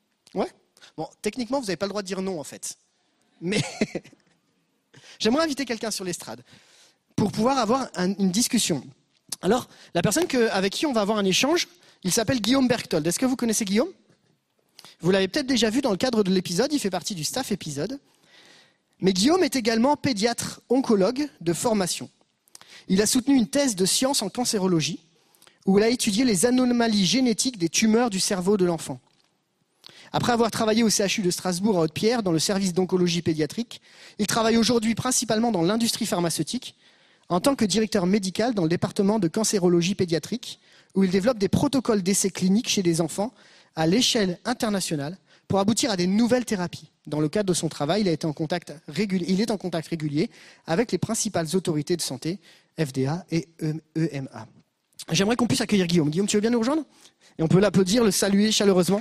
Bon, techniquement, vous n'avez pas le droit de dire non, en fait. Mais j'aimerais inviter quelqu'un sur l'estrade pour pouvoir avoir une discussion. Alors, la personne avec qui on va avoir un échange, il s'appelle Guillaume Berchtold. Est-ce que vous connaissez Guillaume ? Vous l'avez peut-être déjà vu dans le cadre de l'épisode, il fait partie du staff épisode. Mais Guillaume est également pédiatre oncologue de formation. Il a soutenu une thèse de sciences en cancérologie, où il a étudié les anomalies génétiques des tumeurs du cerveau de l'enfant. Après avoir travaillé au CHU de Strasbourg à Haute-Pierre dans le service d'oncologie pédiatrique, il travaille aujourd'hui principalement dans l'industrie pharmaceutique, en tant que directeur médical dans le département de cancérologie pédiatrique, où il développe des protocoles d'essais cliniques chez des enfants à l'échelle internationale pour aboutir à des nouvelles thérapies. Dans le cadre de son travail, il est en contact régulier avec les principales autorités de santé, FDA et EMA. J'aimerais qu'on puisse accueillir Guillaume. Guillaume, tu veux bien nous rejoindre ? Et on peut l'applaudir, le saluer chaleureusement.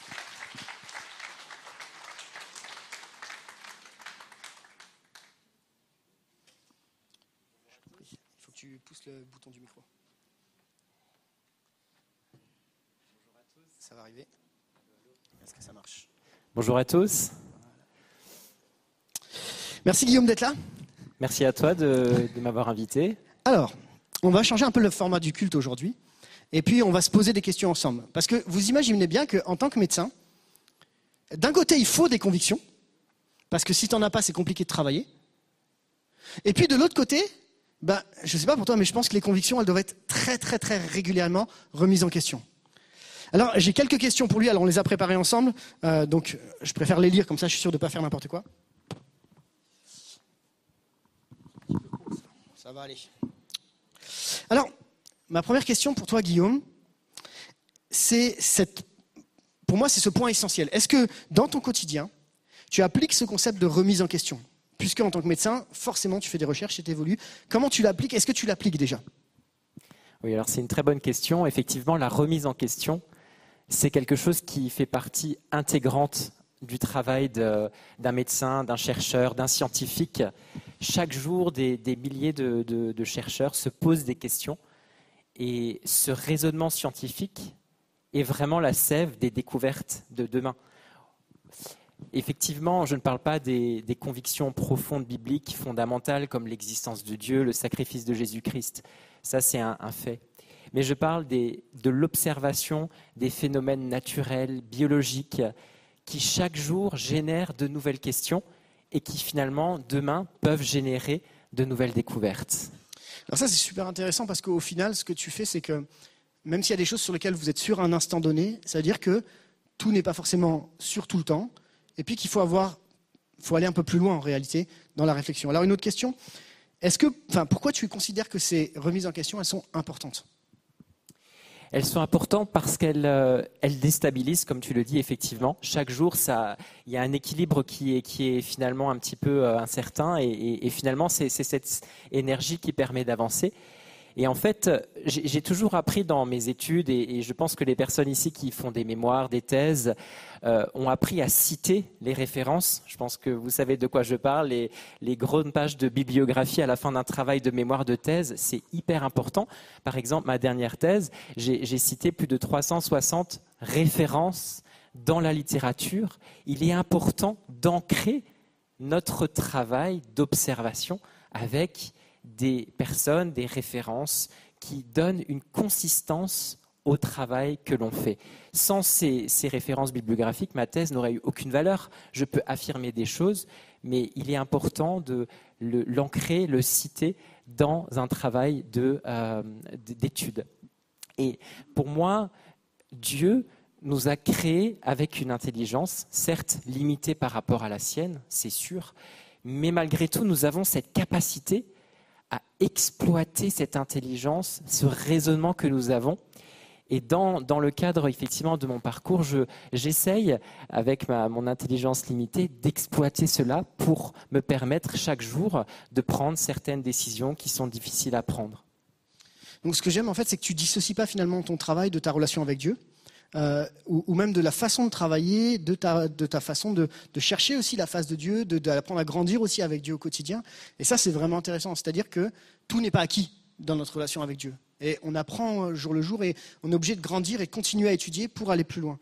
Il faut que tu pousses le bouton du micro. Ça va arriver. Est-ce que ça marche ? Bonjour à tous. Merci Guillaume d'être là. Merci à toi de m'avoir invité. Alors, on va changer un peu le format du culte aujourd'hui. Et puis, on va se poser des questions ensemble. Parce que vous imaginez bien qu'en tant que médecin, d'un côté, il faut des convictions. Parce que si tu n'en as pas, c'est compliqué de travailler. Et puis, de l'autre côté, je ne sais pas pour toi, mais je pense que les convictions, elles doivent être très, très, très régulièrement remises en question. Alors, j'ai quelques questions pour lui. Alors, on les a préparées ensemble. Donc, je préfère les lire, comme ça, je suis sûr de ne pas faire n'importe quoi. Ça va aller. Alors, ma première question pour toi, Guillaume, pour moi, c'est ce point essentiel. Est-ce que, dans ton quotidien, tu appliques ce concept de remise en question ? Puisque, en tant que médecin, forcément, tu fais des recherches et tu évolues. Comment tu l'appliques ? Est-ce que tu l'appliques déjà ? Oui, alors c'est une très bonne question. Effectivement, la remise en question, c'est quelque chose qui fait partie intégrante du travail d'un médecin, d'un chercheur, d'un scientifique. Chaque jour, des milliers de chercheurs se posent des questions. Et ce raisonnement scientifique est vraiment la sève des découvertes de demain. Effectivement, je ne parle pas des convictions profondes bibliques, fondamentales, comme l'existence de Dieu, le sacrifice de Jésus-Christ. Ça, c'est un fait. Mais je parle de l'observation des phénomènes naturels, biologiques, qui chaque jour génèrent de nouvelles questions et qui finalement, demain, peuvent générer de nouvelles découvertes. Alors ça, c'est super intéressant parce qu'au final, ce que tu fais, c'est que même s'il y a des choses sur lesquelles vous êtes sûr à un instant donné, ça veut dire que tout n'est pas forcément sûr tout le temps et puis qu'il faut aller un peu plus loin en réalité dans la réflexion. Alors une autre question, pourquoi tu considères que ces remises en question, elles sont importantes ? Elles sont importantes parce qu'elles déstabilisent, comme tu le dis, effectivement. Chaque jour, il y a un équilibre qui est finalement un petit peu incertain et finalement, c'est cette énergie qui permet d'avancer. Et en fait, j'ai toujours appris dans mes études, et je pense que les personnes ici qui font des mémoires, des thèses, ont appris à citer les références. Je pense que vous savez de quoi je parle. Les grandes pages de bibliographie à la fin d'un travail de mémoire de thèse, c'est hyper important. Par exemple, ma dernière thèse, j'ai cité plus de 360 références dans la littérature. Il est important d'ancrer notre travail d'observation avec des personnes, des références qui donnent une consistance au travail que l'on fait. Sans ces références bibliographiques, ma thèse n'aurait eu aucune valeur. Je peux affirmer des choses, mais il est important de l'ancrer, le citer dans un travail d'étude. Et pour moi, Dieu nous a créés avec une intelligence, certes limitée par rapport à la sienne, c'est sûr, mais malgré tout, nous avons cette capacité à exploiter cette intelligence, ce raisonnement que nous avons. Et dans le cadre effectivement de mon parcours, j'essaye, avec mon intelligence limitée, d'exploiter cela pour me permettre chaque jour de prendre certaines décisions qui sont difficiles à prendre. Donc ce que j'aime en fait, c'est que tu dissocies pas finalement ton travail de ta relation avec Dieu. Ou même de la façon de travailler, de ta façon de chercher aussi la face de Dieu, d'apprendre à grandir aussi avec Dieu au quotidien. Et ça, c'est vraiment intéressant. C'est-à-dire que tout n'est pas acquis dans notre relation avec Dieu. Et on apprend jour le jour et on est obligé de grandir et continuer à étudier pour aller plus loin.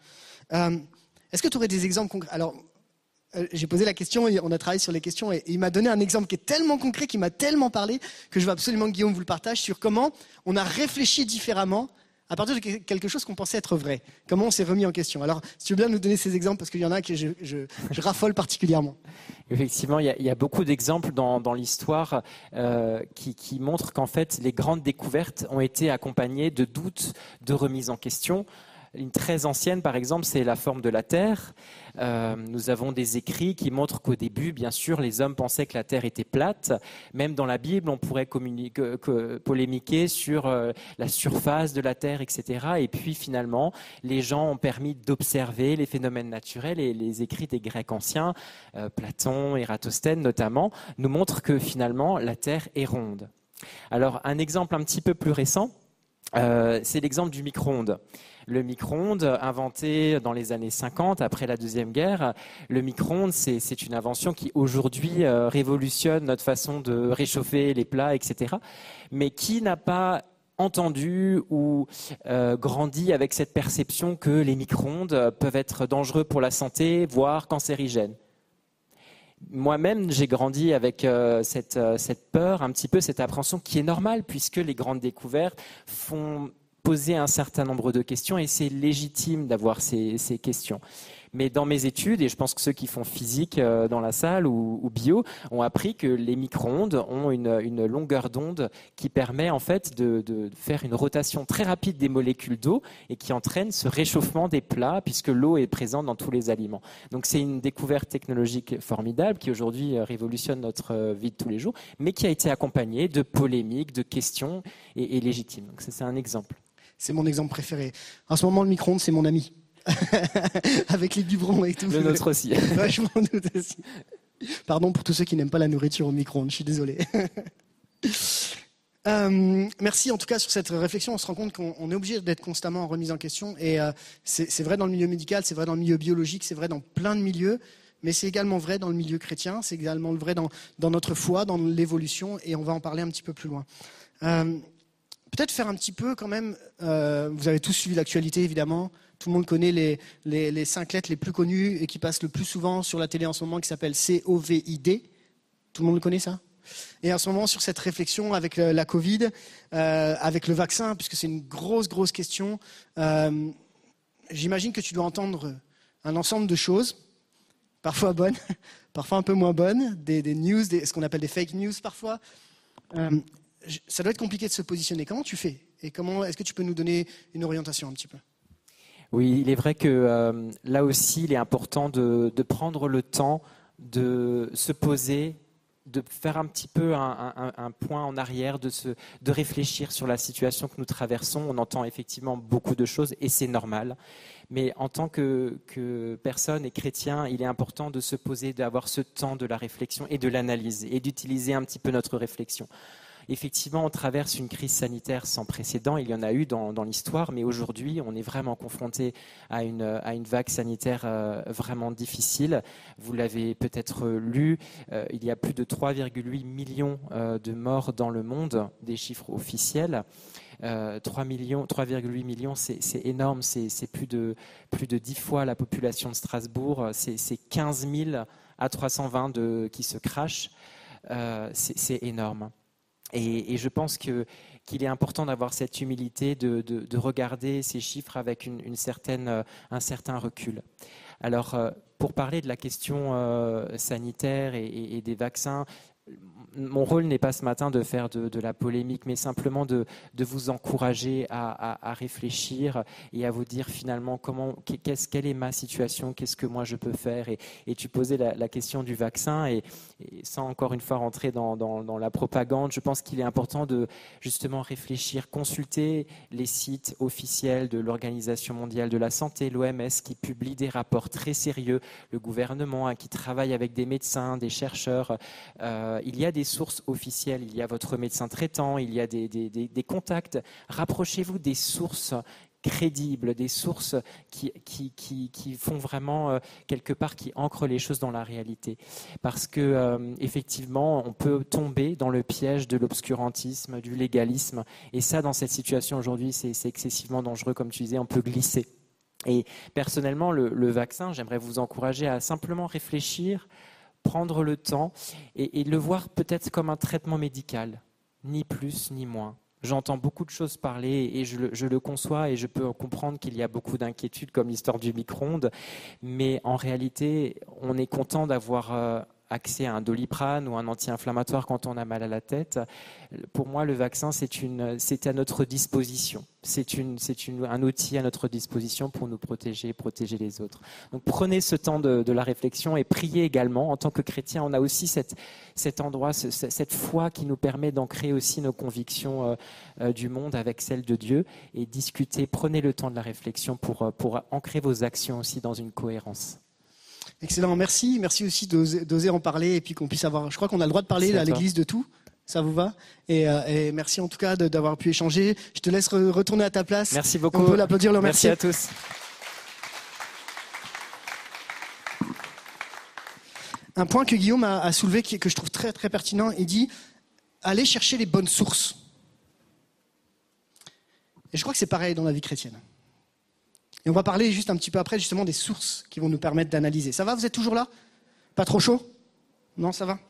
Est-ce que tu aurais des exemples concrets ? Alors, j'ai posé la question, et on a travaillé sur les questions et il m'a donné un exemple qui est tellement concret, qui m'a tellement parlé, que je veux absolument que Guillaume vous le partage, sur comment on a réfléchi différemment à partir de quelque chose qu'on pensait être vrai. Comment on s'est remis en question. Alors, si tu veux bien nous donner ces exemples, parce qu'il y en a que je raffole particulièrement. Effectivement, il y a beaucoup d'exemples dans l'histoire qui montrent qu'en fait, les grandes découvertes ont été accompagnées de doutes, de remises en question. Une très ancienne, par exemple, c'est la forme de la Terre. Nous avons des écrits qui montrent qu'au début, bien sûr, les hommes pensaient que la Terre était plate. Même dans la Bible, on pourrait polémiquer sur la surface de la Terre, etc. Et puis, finalement, les gens ont permis d'observer les phénomènes naturels et les écrits des Grecs anciens, Platon, Ératosthène notamment, nous montrent que, finalement, la Terre est ronde. Alors, un exemple un petit peu plus récent, c'est l'exemple du micro-ondes. Le micro-ondes, inventé dans les années 50, après la Deuxième Guerre, le micro-ondes, c'est une invention qui aujourd'hui révolutionne notre façon de réchauffer les plats, etc. Mais qui n'a pas entendu ou grandi avec cette perception que les micro-ondes peuvent être dangereux pour la santé, voire cancérigènes. Moi-même, j'ai grandi avec cette peur, un petit peu cette appréhension qui est normale puisque les grandes découvertes font poser un certain nombre de questions et c'est légitime d'avoir ces questions. Mais dans mes études, et je pense que ceux qui font physique dans la salle ou bio ont appris que les micro-ondes ont une longueur d'onde qui permet en fait de faire une rotation très rapide des molécules d'eau et qui entraîne ce réchauffement des plats puisque l'eau est présente dans tous les aliments. Donc c'est une découverte technologique formidable qui aujourd'hui révolutionne notre vie de tous les jours, mais qui a été accompagnée de polémiques, de questions et légitime. Donc c'est un exemple. C'est mon exemple préféré. En ce moment, le micro-ondes, c'est mon ami. Avec les biberons et tout. Le nôtre aussi. Ouais, je m'en doute aussi. Pardon pour tous ceux qui n'aiment pas la nourriture au micro-ondes, je suis désolé. Merci en tout cas sur cette réflexion. On se rend compte qu'on est obligé d'être constamment en remise en question. Et c'est vrai dans le milieu médical, c'est vrai dans le milieu biologique, c'est vrai dans plein de milieux. Mais c'est également vrai dans le milieu chrétien, c'est également vrai dans notre foi, dans l'évolution. Et on va en parler un petit peu plus loin. peut-être faire un petit peu quand même, vous avez tous suivi l'actualité évidemment, tout le monde connaît les 5 lettres les plus connues et qui passent le plus souvent sur la télé en ce moment, qui s'appellent COVID. Tout le monde le connaît ça ? Et en ce moment, sur cette réflexion avec la Covid, avec le vaccin, puisque c'est une grosse question, j'imagine que tu dois entendre un ensemble de choses, parfois bonnes, parfois un peu moins bonnes, des news, ce qu'on appelle des fake news parfois. Ça doit être compliqué de se positionner. Comment tu fais ? Et est-ce que tu peux nous donner une orientation un petit peu ? Oui, il est vrai que là aussi, il est important de prendre le temps de se poser, de faire un petit peu un point en arrière, de réfléchir sur la situation que nous traversons. On entend effectivement beaucoup de choses et c'est normal. Mais en tant que personne et chrétien, il est important de se poser, d'avoir ce temps de la réflexion et de l'analyse et d'utiliser un petit peu notre réflexion. Effectivement, on traverse une crise sanitaire sans précédent. Il y en a eu dans l'histoire, mais aujourd'hui, on est vraiment confronté à une vague sanitaire vraiment difficile. Vous l'avez peut-être lu, il y a plus de 3,8 millions de morts dans le monde, des chiffres officiels. 3,8 millions, c'est énorme. C'est plus de 10 fois la population de Strasbourg. C'est 15 000 à 320 qui se crachent. C'est énorme. Et je pense qu'il est important d'avoir cette humilité, de regarder ces chiffres avec un certain recul. Alors, pour parler de la question sanitaire et des vaccins, mon rôle n'est pas ce matin de faire de la polémique, mais simplement de vous encourager à réfléchir et à vous dire finalement quelle est ma situation, qu'est-ce que moi je peux faire. Et tu posais la question du vaccin et sans encore une fois rentrer dans la propagande, je pense qu'il est important de justement réfléchir, consulter les sites officiels de l'Organisation mondiale de la santé, l'OMS, qui publie des rapports très sérieux, le gouvernement qui travaille avec des médecins, des chercheurs. Il y a des sources officielles, il y a votre médecin traitant, il y a des contacts. Rapprochez-vous des sources crédibles, des sources qui font vraiment quelque part, qui ancrent les choses dans la réalité. Parce que effectivement, on peut tomber dans le piège de l'obscurantisme, du légalisme. Et ça, dans cette situation aujourd'hui, c'est excessivement dangereux, comme tu disais, on peut glisser. Et personnellement, le vaccin, j'aimerais vous encourager à simplement réfléchir, prendre le temps et le voir peut-être comme un traitement médical, ni plus ni moins. J'entends beaucoup de choses parler et je le conçois et je peux comprendre qu'il y a beaucoup d'inquiétudes comme l'histoire du micro-ondes, mais en réalité, on est content d'avoir accès à un Doliprane ou un anti-inflammatoire quand on a mal à la tête. Pour moi, le vaccin, c'est à notre disposition. C'est un outil à notre disposition pour nous protéger et protéger les autres. Donc prenez ce temps de la réflexion et priez également. En tant que chrétien, on a aussi cet endroit, cette foi qui nous permet d'ancrer aussi nos convictions du monde avec celles de Dieu et discuter. Prenez le temps de la réflexion pour ancrer vos actions aussi dans une cohérence. Excellent, merci. Merci aussi d'oser en parler et puis qu'on puisse avoir. Je crois qu'on a le droit de parler à l'église de tout. Ça vous va ? Et merci en tout cas d'avoir pu échanger. Je te laisse retourner à ta place. Merci beaucoup. On peut l'applaudir, le remercier. Merci à tous. Un point que Guillaume a soulevé que je trouve très très pertinent, il dit allez chercher les bonnes sources. Et je crois que c'est pareil dans la vie chrétienne. Et on va parler juste un petit peu après justement des sources qui vont nous permettre d'analyser. Ça va ? Vous êtes toujours là ? Pas trop chaud ? Non, ça va ?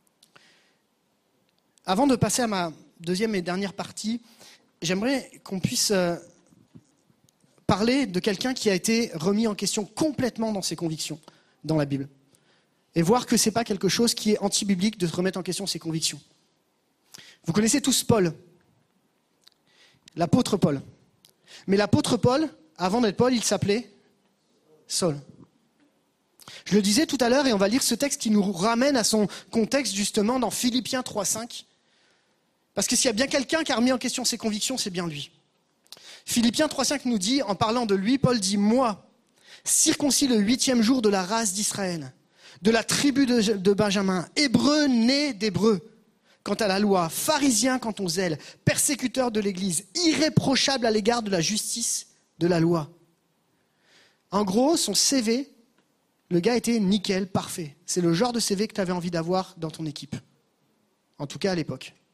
Avant de passer à ma deuxième et dernière partie, j'aimerais qu'on puisse parler de quelqu'un qui a été remis en question complètement dans ses convictions dans la Bible. Et voir que ce n'est pas quelque chose qui est anti-biblique de se remettre en question ses convictions. Vous connaissez tous Paul, l'apôtre Paul. Mais l'apôtre Paul, avant d'être Paul, il s'appelait Saul. Je le disais tout à l'heure et on va lire ce texte qui nous ramène à son contexte justement dans Philippiens 3,5. Parce que s'il y a bien quelqu'un qui a remis en question ses convictions, c'est bien lui. Philippiens 3,5 nous dit, en parlant de lui, Paul dit « Moi, circoncis le 8e jour de la race d'Israël, de la tribu de Benjamin, hébreu né d'hébreu, quant à la loi, pharisien quant au zèle, persécuteur de l'Église, irréprochable à l'égard de la justice de la loi. » En gros, son CV, le gars était nickel, parfait. C'est le genre de CV que tu avais envie d'avoir dans ton équipe. En tout cas à l'époque.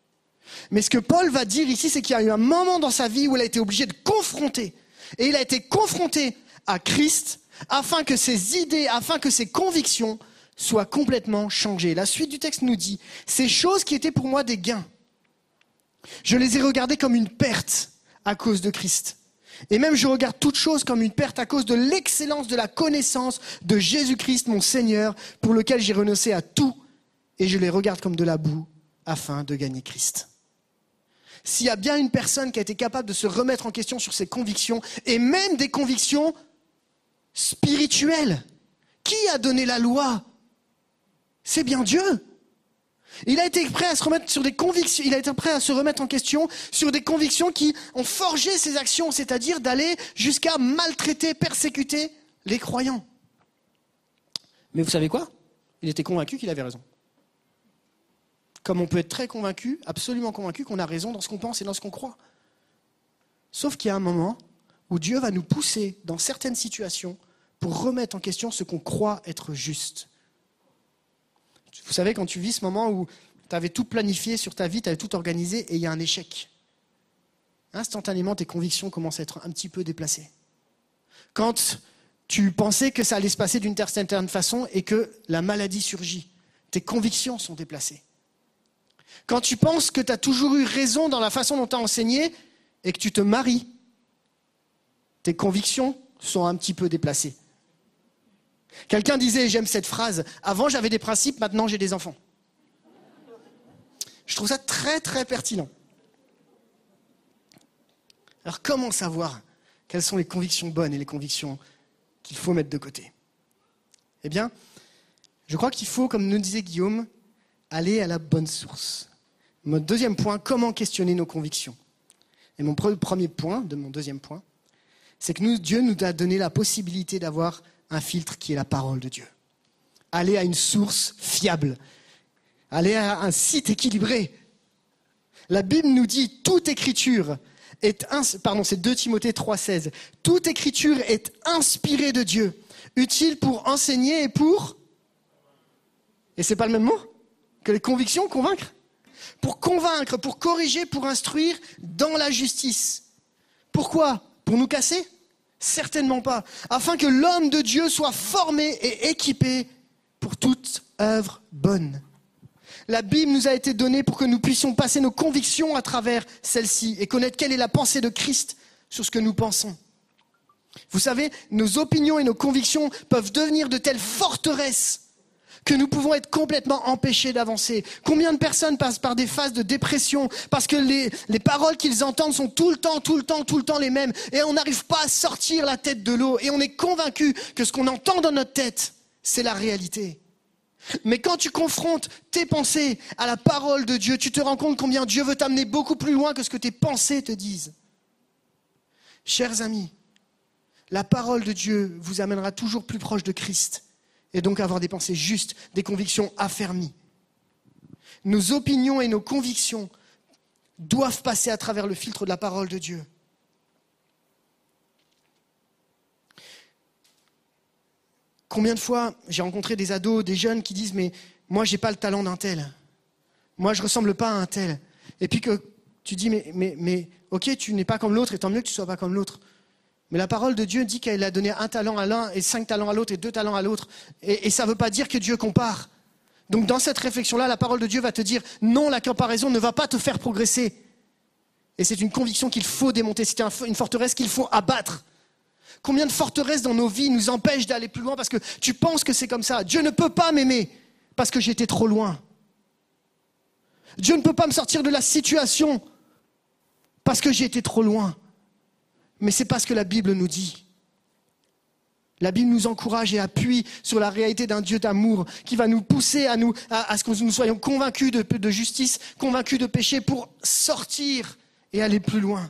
Mais ce que Paul va dire ici, c'est qu'il y a eu un moment dans sa vie où il a été obligé de confronter. Et il a été confronté à Christ afin que ses idées, afin que ses convictions soient complètement changées. La suite du texte nous dit, ces choses qui étaient pour moi des gains, je les ai regardées comme une perte à cause de Christ. Et même je regarde toute chose comme une perte à cause de l'excellence de la connaissance de Jésus-Christ, mon Seigneur, pour lequel j'ai renoncé à tout, et je les regarde comme de la boue afin de gagner Christ. S'il y a bien une personne qui a été capable de se remettre en question sur ses convictions, et même des convictions spirituelles, qui a donné la loi? C'est bien Dieu. Il a été prêt à se remettre sur des convictions, il a été prêt à se remettre en question sur des convictions qui ont forgé ses actions, c'est-à-dire d'aller jusqu'à maltraiter, persécuter les croyants. Mais vous savez quoi? Il était convaincu qu'il avait raison. Comme on peut être très convaincu, absolument convaincu qu'on a raison dans ce qu'on pense et dans ce qu'on croit. Sauf qu'il y a un moment où Dieu va nous pousser dans certaines situations pour remettre en question ce qu'on croit être juste. Vous savez, quand tu vis ce moment où tu avais tout planifié sur ta vie, tu avais tout organisé et il y a un échec. Instantanément, tes convictions commencent à être un petit peu déplacées. Quand tu pensais que ça allait se passer d'une certaine façon et que la maladie surgit, tes convictions sont déplacées. Quand tu penses que tu as toujours eu raison dans la façon dont tu as enseigné et que tu te maries, tes convictions sont un petit peu déplacées. Quelqu'un disait, et j'aime cette phrase, avant j'avais des principes, maintenant j'ai des enfants. Je trouve ça très très pertinent. Alors comment savoir quelles sont les convictions bonnes et les convictions qu'il faut mettre de côté? Eh bien, je crois qu'il faut, comme nous disait Guillaume, aller à la bonne source. Mon deuxième point, comment questionner nos convictions? Et mon premier point, de mon deuxième point, c'est que Dieu nous a donné la possibilité d'avoir un filtre qui est la parole de Dieu. Aller à une source fiable. Aller à un site équilibré. La Bible nous dit, toute écriture est... c'est 2 Timothée 3,16. Toute écriture est inspirée de Dieu, utile pour enseigner et pour... Et c'est pas le même mot que les convictions, convaincre? Pour convaincre, pour corriger, pour instruire dans la justice. Pourquoi? Pour nous casser? Certainement pas. Afin que l'homme de Dieu soit formé et équipé pour toute œuvre bonne. La Bible nous a été donnée pour que nous puissions passer nos convictions à travers celle-ci et connaître quelle est la pensée de Christ sur ce que nous pensons. Vous savez, nos opinions et nos convictions peuvent devenir de telles forteresses que nous pouvons être complètement empêchés d'avancer. Combien de personnes passent par des phases de dépression parce que les paroles qu'ils entendent sont tout le temps les mêmes et on n'arrive pas à sortir la tête de l'eau et on est convaincu que ce qu'on entend dans notre tête, c'est la réalité. Mais quand tu confrontes tes pensées à la parole de Dieu, tu te rends compte combien Dieu veut t'amener beaucoup plus loin que ce que tes pensées te disent. Chers amis, la parole de Dieu vous amènera toujours plus proche de Christ. Et donc avoir des pensées justes, des convictions affermies. Nos opinions et nos convictions doivent passer à travers le filtre de la parole de Dieu. Combien de fois j'ai rencontré des ados, des jeunes qui disent « mais moi j'ai pas le talent d'un tel, moi je ressemble pas à un tel ». Et puis que tu dis « mais ok, tu n'es pas comme l'autre et tant mieux que tu sois pas comme l'autre ». Mais la parole de Dieu dit qu'elle a donné 1 talent à l'un et 5 talents à l'autre et 2 talents à l'autre. Et ça ne veut pas dire que Dieu compare. Donc dans cette réflexion-là, la parole de Dieu va te dire non, la comparaison ne va pas te faire progresser. Et c'est une conviction qu'il faut démonter, c'est une forteresse qu'il faut abattre. Combien de forteresses dans nos vies nous empêchent d'aller plus loin parce que tu penses que c'est comme ça. Dieu ne peut pas m'aimer parce que j'étais trop loin. Dieu ne peut pas me sortir de la situation parce que j'ai été trop loin. Mais c'est pas ce que la Bible nous dit. La Bible nous encourage et appuie sur la réalité d'un Dieu d'amour qui va nous pousser à ce que nous soyons convaincus de justice, convaincus de péché pour sortir et aller plus loin.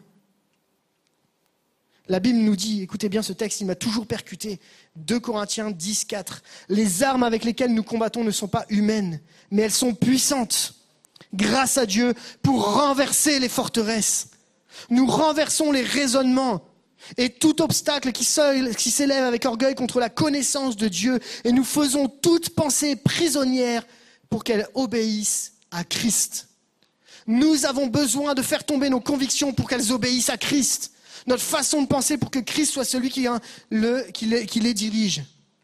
La Bible nous dit, écoutez bien ce texte, il m'a toujours percuté, 2 Corinthiens 10, 4. Les armes avec lesquelles nous combattons ne sont pas humaines, mais elles sont puissantes, grâce à Dieu, pour renverser les forteresses. Nous renversons les raisonnements et tout obstacle qui s'élève avec orgueil contre la connaissance de Dieu et nous faisons toute pensée prisonnière pour qu'elle obéisse à Christ. Nous avons besoin de faire tomber nos convictions pour qu'elles obéissent à Christ. Notre façon de penser pour que Christ soit celui qui les dirige.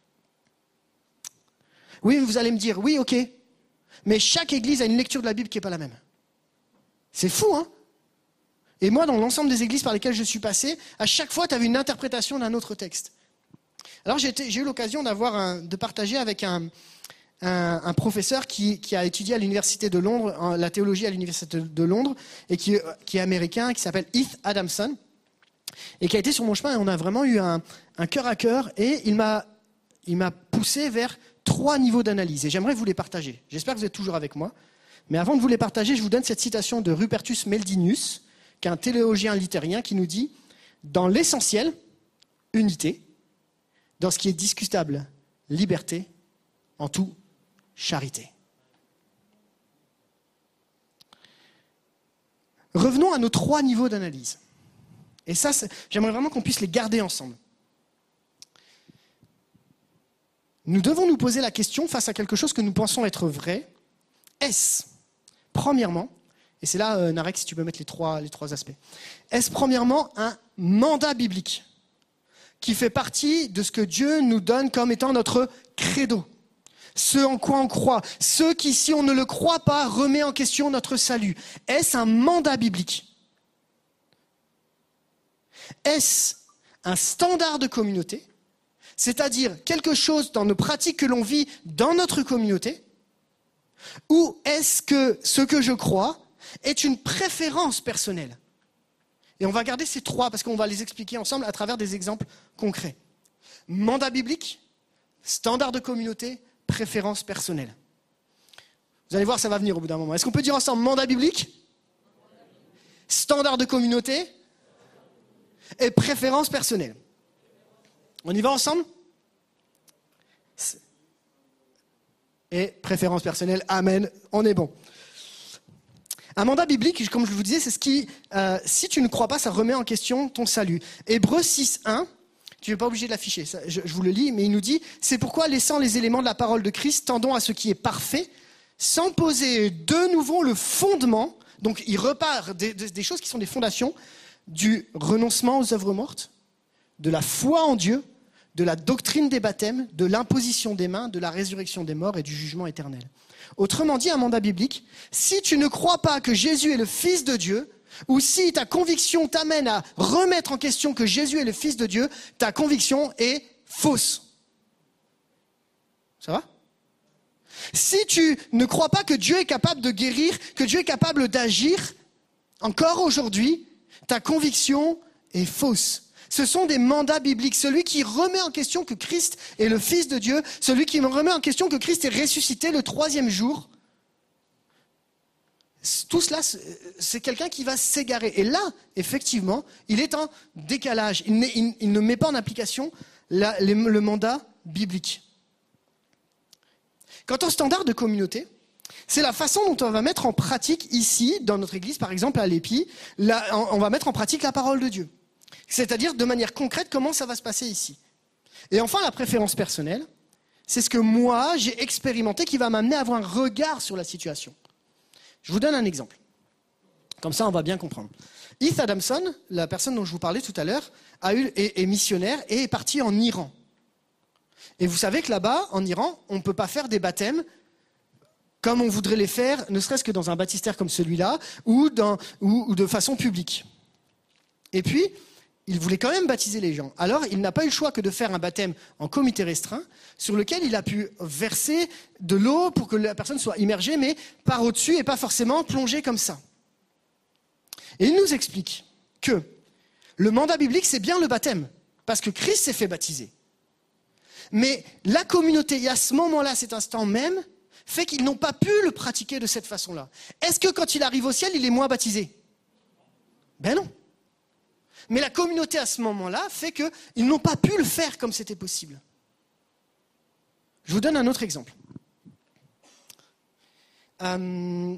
Oui, vous allez me dire, oui, ok. Mais chaque église a une lecture de la Bible qui n'est pas la même. C'est fou, hein? Et moi, dans l'ensemble des églises par lesquelles je suis passé, à chaque fois, tu avais une interprétation d'un autre texte. Alors, j'ai eu l'occasion de partager avec un professeur qui a étudié à l'Université de Londres, la théologie à l'Université de Londres, et qui est américain, qui s'appelle Heath Adamson, et qui a été sur mon chemin, et on a vraiment eu un cœur à cœur, et il m'a poussé vers 3 niveaux d'analyse, et j'aimerais vous les partager. J'espère que vous êtes toujours avec moi. Mais avant de vous les partager, je vous donne cette citation de Rupertus Meldinius, qui est un théologien luthérien, qui nous dit « Dans l'essentiel, unité, dans ce qui est discutable, liberté, en tout, charité. » Revenons à nos 3 niveaux d'analyse. Et ça, j'aimerais vraiment qu'on puisse les garder ensemble. Nous devons nous poser la question face à quelque chose que nous pensons être vrai. Est-ce, premièrement, et c'est là, Narek, si tu peux mettre les trois aspects, est-ce premièrement un mandat biblique qui fait partie de ce que Dieu nous donne comme étant notre credo, ce en quoi on croit, ce qui, si on ne le croit pas, remet en question notre salut. Est-ce un mandat biblique? Est-ce un standard de communauté, c'est-à-dire quelque chose dans nos pratiques que l'on vit dans notre communauté? Ou est-ce que ce que je crois est une préférence personnelle? Et on va garder ces 3 parce qu'on va les expliquer ensemble à travers des exemples concrets. Mandat biblique, standard de communauté, préférence personnelle. Vous allez voir, ça va venir au bout d'un moment. Est-ce qu'on peut dire ensemble mandat biblique, standard de communauté et préférence personnelle? On y va ensemble? Et préférence personnelle, amen, on est bon. Un mandat biblique, comme je vous disais, c'est ce qui, si tu ne crois pas, ça remet en question ton salut. Hébreux 6.1, tu n'es pas obligé de l'afficher, je vous le lis, mais il nous dit « C'est pourquoi, laissant les éléments de la parole de Christ, tendons à ce qui est parfait, sans poser de nouveau le fondement », donc il repart des choses qui sont des fondations, du renoncement aux œuvres mortes, de la foi en Dieu, de la doctrine des baptêmes, de l'imposition des mains, de la résurrection des morts et du jugement éternel. Autrement dit, un mandat biblique, si tu ne crois pas que Jésus est le Fils de Dieu, ou si ta conviction t'amène à remettre en question que Jésus est le Fils de Dieu, ta conviction est fausse. Ça va? Si tu ne crois pas que Dieu est capable de guérir, que Dieu est capable d'agir, encore aujourd'hui, ta conviction est fausse. Ce sont des mandats bibliques. Celui qui remet en question que Christ est le Fils de Dieu, celui qui remet en question que Christ est ressuscité le 3e jour, tout cela, c'est quelqu'un qui va s'égarer. Et là, effectivement, il est en décalage. Il ne met pas en application le mandat biblique. Quant au standard de communauté, c'est la façon dont on va mettre en pratique ici, dans notre église, par exemple à l'Épi, on va mettre en pratique la parole de Dieu. C'est-à-dire, de manière concrète, comment ça va se passer ici. Et enfin, la préférence personnelle, c'est ce que moi, j'ai expérimenté qui va m'amener à avoir un regard sur la situation. Je vous donne un exemple. Comme ça, on va bien comprendre. Heath Adamson, la personne dont je vous parlais tout à l'heure, est missionnaire et est parti en Iran. Et vous savez que là-bas, en Iran, on ne peut pas faire des baptêmes comme on voudrait les faire, ne serait-ce que dans un baptistère comme celui-là, ou de façon publique. Et puis, il voulait quand même baptiser les gens. Alors, il n'a pas eu le choix que de faire un baptême en comité restreint, sur lequel il a pu verser de l'eau pour que la personne soit immergée, mais par au-dessus et pas forcément plongée comme ça. Et il nous explique que le mandat biblique, c'est bien le baptême, parce que Christ s'est fait baptiser. Mais la communauté, et à ce moment-là, cet instant même, fait qu'ils n'ont pas pu le pratiquer de cette façon-là. Est-ce que quand il arrive au ciel, il est moins baptisé? Ben non. Mais la communauté à ce moment-là fait qu'ils n'ont pas pu le faire comme c'était possible. Je vous donne un autre exemple. On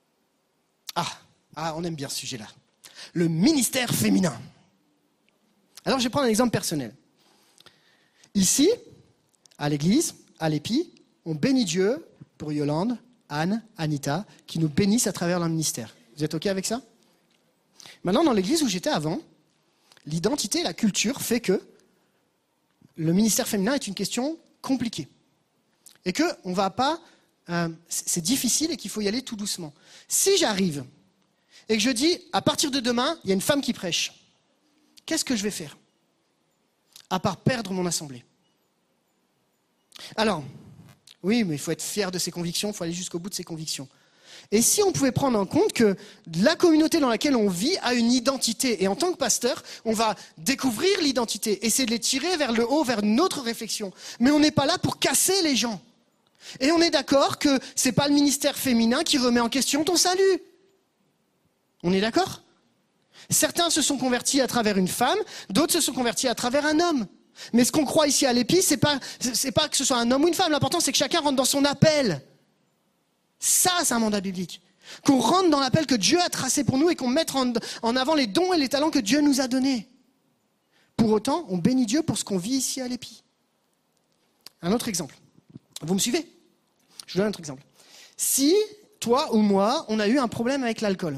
aime bien ce sujet-là. Le ministère féminin. Alors je vais prendre un exemple personnel. Ici, à l'église, à l'Épi, on bénit Dieu pour Yolande, Anne, Anita, qui nous bénissent à travers leur ministère. Vous êtes OK avec ça? Maintenant, dans l'église où j'étais avant, l'identité, la culture fait que le ministère féminin est une question compliquée. Et que on va pas, c'est difficile et qu'il faut y aller tout doucement. Si j'arrive et que je dis, à partir de demain, il y a une femme qui prêche, qu'est-ce que je vais faire? À part perdre mon assemblée. Alors, oui, mais il faut être fier de ses convictions, il faut aller jusqu'au bout de ses convictions. Et si on pouvait prendre en compte que la communauté dans laquelle on vit a une identité, et en tant que pasteur, on va découvrir l'identité, essayer de les tirer vers le haut, vers une autre réflexion. Mais on n'est pas là pour casser les gens. Et on est d'accord que c'est pas le ministère féminin qui remet en question ton salut. On est d'accord? Certains se sont convertis à travers une femme, d'autres se sont convertis à travers un homme. Mais ce qu'on croit ici à l'Épi, c'est pas que ce soit un homme ou une femme. L'important, c'est que chacun rentre dans son appel. Ça, c'est un mandat biblique. Qu'on rentre dans l'appel que Dieu a tracé pour nous et qu'on mette en avant les dons et les talents que Dieu nous a donnés. Pour autant, on bénit Dieu pour ce qu'on vit ici à l'Épi. Un autre exemple. Vous me suivez? Je vous donne un autre exemple. Si, toi ou moi, on a eu un problème avec l'alcool,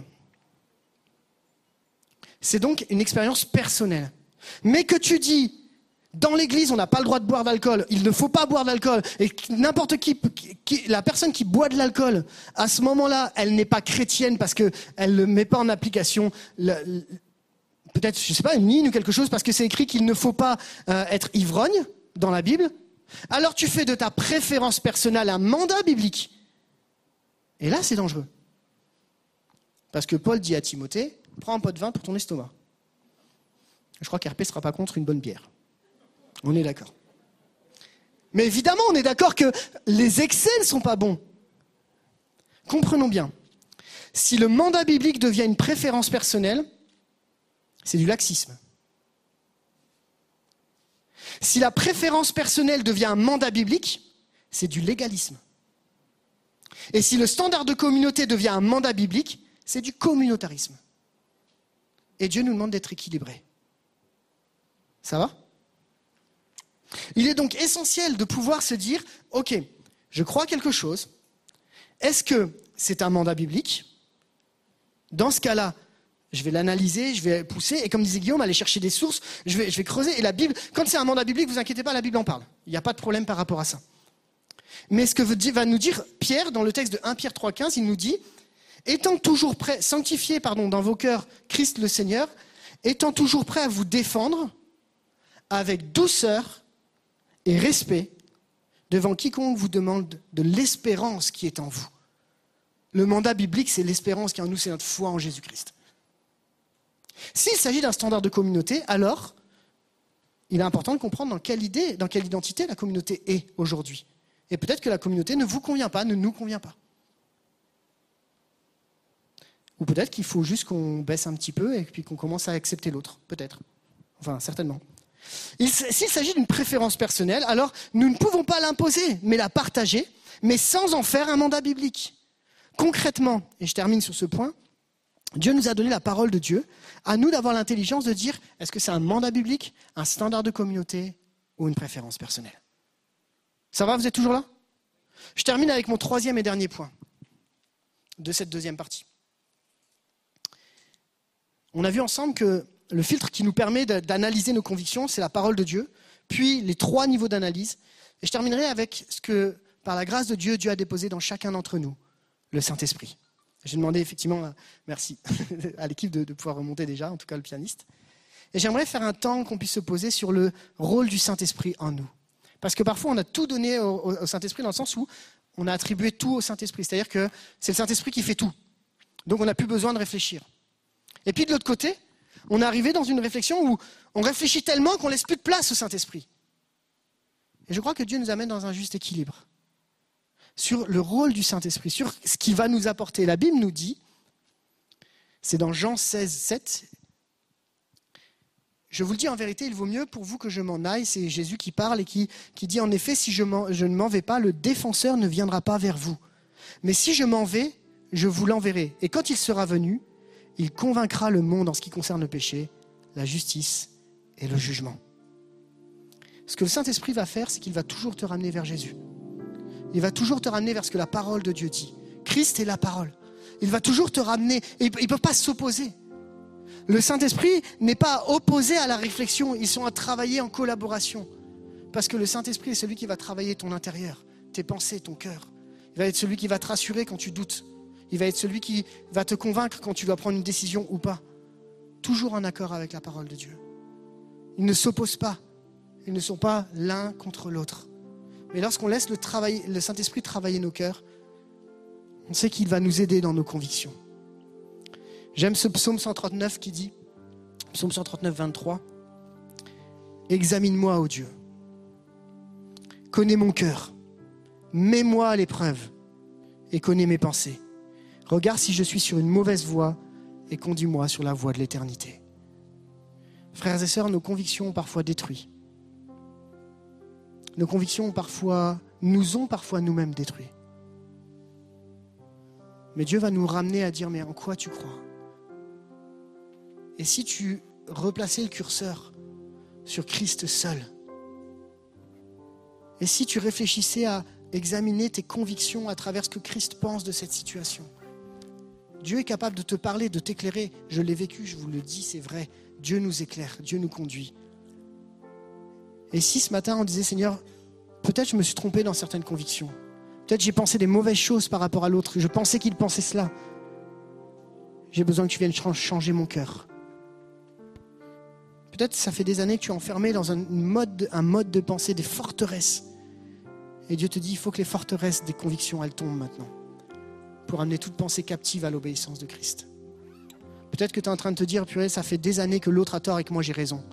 c'est donc une expérience personnelle. Mais que tu dis, dans l'église, on n'a pas le droit de boire d'alcool, il ne faut pas boire d'alcool, et n'importe qui, la personne qui boit de l'alcool, à ce moment-là, elle n'est pas chrétienne parce qu'elle ne met pas en application, peut-être, je ne sais pas, une ligne ou quelque chose, parce que c'est écrit qu'il ne faut pas être ivrogne dans la Bible, alors tu fais de ta préférence personnelle un mandat biblique. Et là, c'est dangereux. Parce que Paul dit à Timothée, prends un pot de vin pour ton estomac. Je crois qu'RP ne sera pas contre une bonne bière. On est d'accord. Mais évidemment, on est d'accord que les excès ne sont pas bons. Comprenons bien. Si le mandat biblique devient une préférence personnelle, c'est du laxisme. Si la préférence personnelle devient un mandat biblique, c'est du légalisme. Et si le standard de communauté devient un mandat biblique, c'est du communautarisme. Et Dieu nous demande d'être équilibrés. Ça va? Il est donc essentiel de pouvoir se dire, ok, je crois quelque chose. Est-ce que c'est un mandat biblique? Dans ce cas-là, je vais l'analyser, je vais pousser, et comme disait Guillaume, aller chercher des sources, je vais creuser. Et la Bible, quand c'est un mandat biblique, vous inquiétez pas, la Bible en parle. Il n'y a pas de problème par rapport à ça. Mais ce que va nous dire Pierre, dans le texte de 1 Pierre 3,15, il nous dit, étant toujours prêt, sanctifiez dans vos cœurs Christ le Seigneur, étant toujours prêt à vous défendre avec douceur et respect devant quiconque vous demande de l'espérance qui est en vous. Le mandat biblique, c'est l'espérance qui est en nous, c'est notre foi en Jésus-Christ. S'il s'agit d'un standard de communauté, alors il est important de comprendre dans quelle identité la communauté est aujourd'hui. Et peut-être que la communauté ne vous convient pas, ne nous convient pas. Ou peut-être qu'il faut juste qu'on baisse un petit peu et puis qu'on commence à accepter l'autre, peut-être. Enfin, certainement. S'il s'agit d'une préférence personnelle, alors nous ne pouvons pas l'imposer, mais la partager, mais sans en faire un mandat biblique. Concrètement, et je termine sur ce point, Dieu nous a donné la parole de Dieu, à nous d'avoir l'intelligence de dire, est-ce que c'est un mandat biblique, un standard de communauté ou une préférence personnelle? Ça va, vous êtes toujours là? Je termine avec mon troisième et dernier point de cette deuxième partie. On a vu ensemble que le filtre qui nous permet d'analyser nos convictions, c'est la parole de Dieu, puis les 3 niveaux d'analyse. Et je terminerai avec ce que, par la grâce de Dieu, Dieu a déposé dans chacun d'entre nous, le Saint-Esprit. J'ai demandé effectivement, merci à l'équipe de pouvoir remonter déjà, en tout cas le pianiste. Et j'aimerais faire un temps qu'on puisse se poser sur le rôle du Saint-Esprit en nous. Parce que parfois on a tout donné au Saint-Esprit dans le sens où on a attribué tout au Saint-Esprit. C'est-à-dire que c'est le Saint-Esprit qui fait tout. Donc on n'a plus besoin de réfléchir. Et puis de l'autre côté, on est arrivé dans une réflexion où on réfléchit tellement qu'on laisse plus de place au Saint-Esprit. Et je crois que Dieu nous amène dans un juste équilibre sur le rôle du Saint-Esprit, sur ce qu'il va nous apporter. La Bible nous dit, c'est dans Jean 16, 7, je vous le dis en vérité, il vaut mieux pour vous que je m'en aille. C'est Jésus qui parle et qui dit en effet, si je ne m'en vais pas, le défenseur ne viendra pas vers vous. Mais si je m'en vais, je vous l'enverrai. Et quand il sera venu, il convaincra le monde en ce qui concerne le péché, la justice et le jugement. Ce que le Saint-Esprit va faire, c'est qu'il va toujours te ramener vers Jésus. Il va toujours te ramener vers ce que la parole de Dieu dit. Christ est la parole. Il va toujours te ramener. Et ils ne peuvent pas s'opposer. Le Saint-Esprit n'est pas opposé à la réflexion. Ils sont à travailler en collaboration. Parce que le Saint-Esprit est celui qui va travailler ton intérieur, tes pensées, ton cœur. Il va être celui qui va te rassurer quand tu doutes. Il va être celui qui va te convaincre quand tu dois prendre une décision ou pas. Toujours en accord avec la parole de Dieu. Ils ne s'opposent pas. Ils ne sont pas l'un contre l'autre. Mais lorsqu'on laisse le Saint-Esprit travailler nos cœurs, on sait qu'il va nous aider dans nos convictions. J'aime ce psaume 139 qui dit, psaume 139, 23, « Examine-moi, ô Dieu, connais mon cœur, mets-moi à l'épreuve et connais mes pensées. Regarde si je suis sur une mauvaise voie et conduis-moi sur la voie de l'éternité. » Frères et sœurs, nos convictions ont parfois détruit. Nos convictions nous ont parfois nous-mêmes détruits. Mais Dieu va nous ramener à dire, mais en quoi tu crois ? Et si tu replaçais le curseur sur Christ seul ? Et si tu réfléchissais à examiner tes convictions à travers ce que Christ pense de cette situation ? Dieu est capable de te parler, de t'éclairer. Je l'ai vécu, je vous le dis, c'est vrai. Dieu nous éclaire, Dieu nous conduit. Et si ce matin on disait, Seigneur, peut-être je me suis trompé dans certaines convictions. Peut-être j'ai pensé des mauvaises choses par rapport à l'autre. Je pensais qu'il pensait cela. J'ai besoin que tu viennes changer mon cœur. Peut-être ça fait des années que tu es enfermé dans un mode de pensée, des forteresses. Et Dieu te dit, il faut que les forteresses des convictions, elles tombent maintenant. Pour amener toute pensée captive à l'obéissance de Christ. Peut-être que tu es en train de te dire, purée, ça fait des années que l'autre a tort et que moi j'ai raison.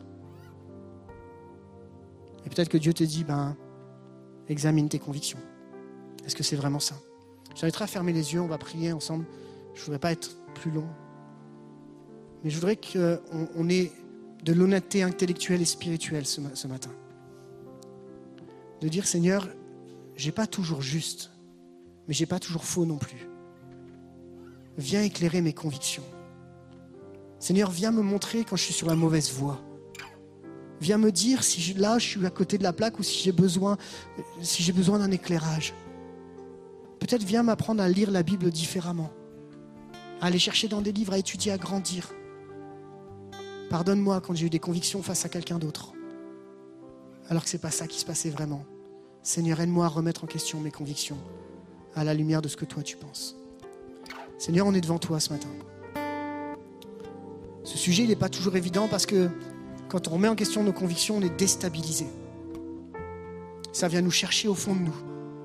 Et peut-être que Dieu te dit, examine tes convictions. Est-ce que c'est vraiment ça ? J'inviterai à fermer les yeux, on va prier ensemble. Je ne voudrais pas être plus long. Mais je voudrais qu'on ait de l'honnêteté intellectuelle et spirituelle ce matin. De dire, Seigneur, j'ai pas toujours juste, mais j'ai pas toujours faux non plus. Viens éclairer mes convictions. Seigneur, viens me montrer quand je suis sur la mauvaise voie. Viens me dire si je suis à côté de la plaque ou si j'ai besoin d'un éclairage. Peut-être viens m'apprendre à lire la Bible différemment, à aller chercher dans des livres, à étudier, à grandir. Pardonne-moi quand j'ai eu des convictions face à quelqu'un d'autre, alors que ce n'est pas ça qui se passait vraiment. Seigneur, aide-moi à remettre en question mes convictions à la lumière de ce que toi tu penses. Seigneur, on est devant toi ce matin. Ce sujet, il n'est pas toujours évident parce que quand on remet en question nos convictions, on est déstabilisé. Ça vient nous chercher au fond de nous.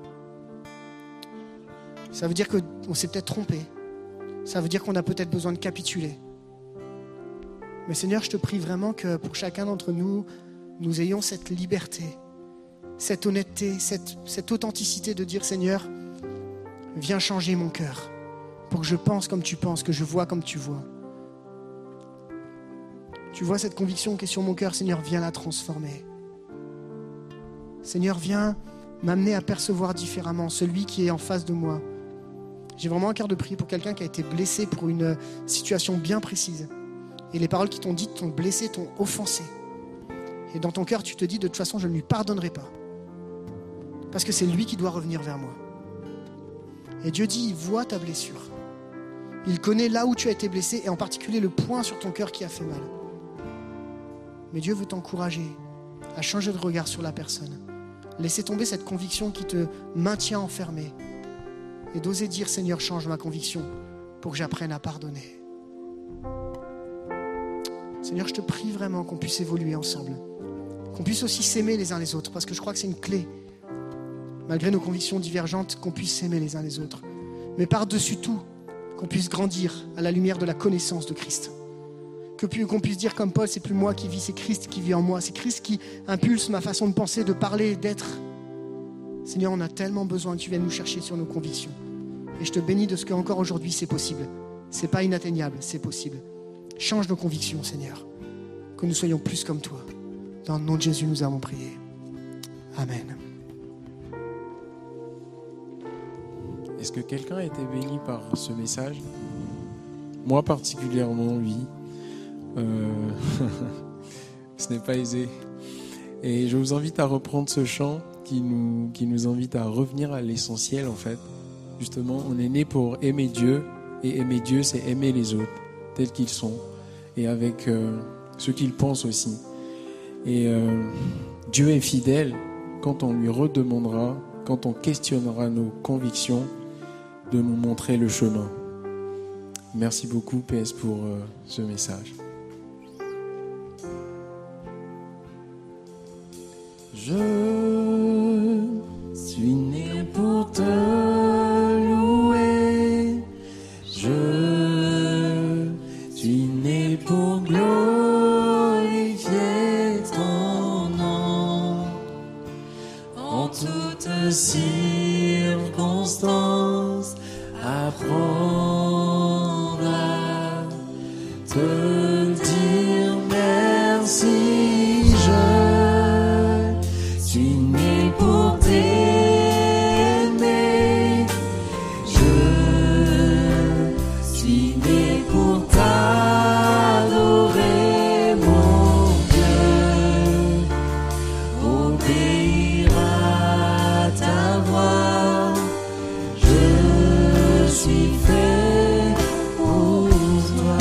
Ça veut dire qu'on s'est peut-être trompé. Ça veut dire qu'on a peut-être besoin de capituler. Mais Seigneur, je te prie vraiment que pour chacun d'entre nous, nous ayons cette liberté, cette honnêteté, cette authenticité de dire, Seigneur, viens changer mon cœur pour que je pense comme tu penses, que je vois comme tu vois. Tu vois cette conviction qui est sur mon cœur, Seigneur, viens la transformer. Seigneur, viens m'amener à percevoir différemment celui qui est en face de moi. J'ai vraiment un cœur de prier pour quelqu'un qui a été blessé pour une situation bien précise. Et les paroles qui t'ont dites t'ont blessé, t'ont offensé. Et dans ton cœur, tu te dis, de toute façon, je ne lui pardonnerai pas. Parce que c'est lui qui doit revenir vers moi. Et Dieu dit, il voit ta blessure. Il connaît là où tu as été blessé, et en particulier le point sur ton cœur qui a fait mal. Mais Dieu veut t'encourager à changer de regard sur la personne. Laisser tomber cette conviction qui te maintient enfermé. Et d'oser dire, Seigneur, change ma conviction pour que j'apprenne à pardonner. Seigneur, je te prie vraiment qu'on puisse évoluer ensemble. Qu'on puisse aussi s'aimer les uns les autres, parce que je crois que c'est une clé. Malgré nos convictions divergentes, qu'on puisse s'aimer les uns les autres. Mais par-dessus tout, qu'on puisse grandir à la lumière de la connaissance de Christ. Qu'on puisse dire comme Paul, c'est plus moi qui vis, c'est Christ qui vit en moi. C'est Christ qui impulse ma façon de penser, de parler, d'être. Seigneur, on a tellement besoin que tu viennes nous chercher sur nos convictions. Et je te bénis de ce qu'encore aujourd'hui, c'est possible. C'est pas inatteignable, c'est possible. Change nos convictions, Seigneur. Que nous soyons plus comme toi. Dans le nom de Jésus, nous avons prié. Amen. Est-ce que quelqu'un a été béni par ce message ? Moi particulièrement, oui. Ce n'est pas aisé. Et je vous invite à reprendre ce chant qui nous invite à revenir à l'essentiel en fait. Justement, on est né pour aimer Dieu Et aimer Dieu, c'est aimer les autres tels qu'ils sont et avec ce qu'ils pensent aussi. Et Dieu est fidèle quand on lui redemandera, quand on questionnera nos convictions, de nous montrer le chemin. Merci beaucoup, PS, pour ce message. Je suis né pour te louer. Je suis né pour glorifier ton nom. En toutes circonstances, apprendre à te dire merci. Je suis né pour t'aimer. Je suis né pour t'adorer, mon Dieu. Obéir à ta voix. Je suis fait pour toi.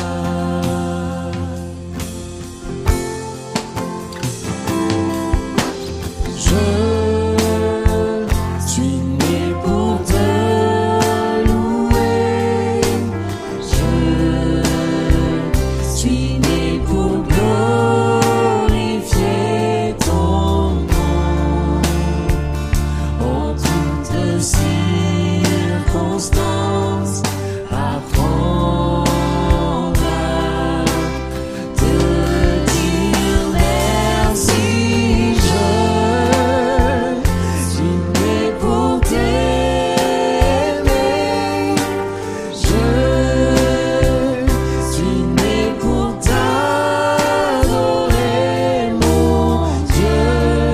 Je suis né pour te louer. Je suis né pour glorifier ton nom. En toutes circonstances, apprendre à te dire merci. Je suis né pour t'aimer. Je suis né pour t'adorer, mon Dieu.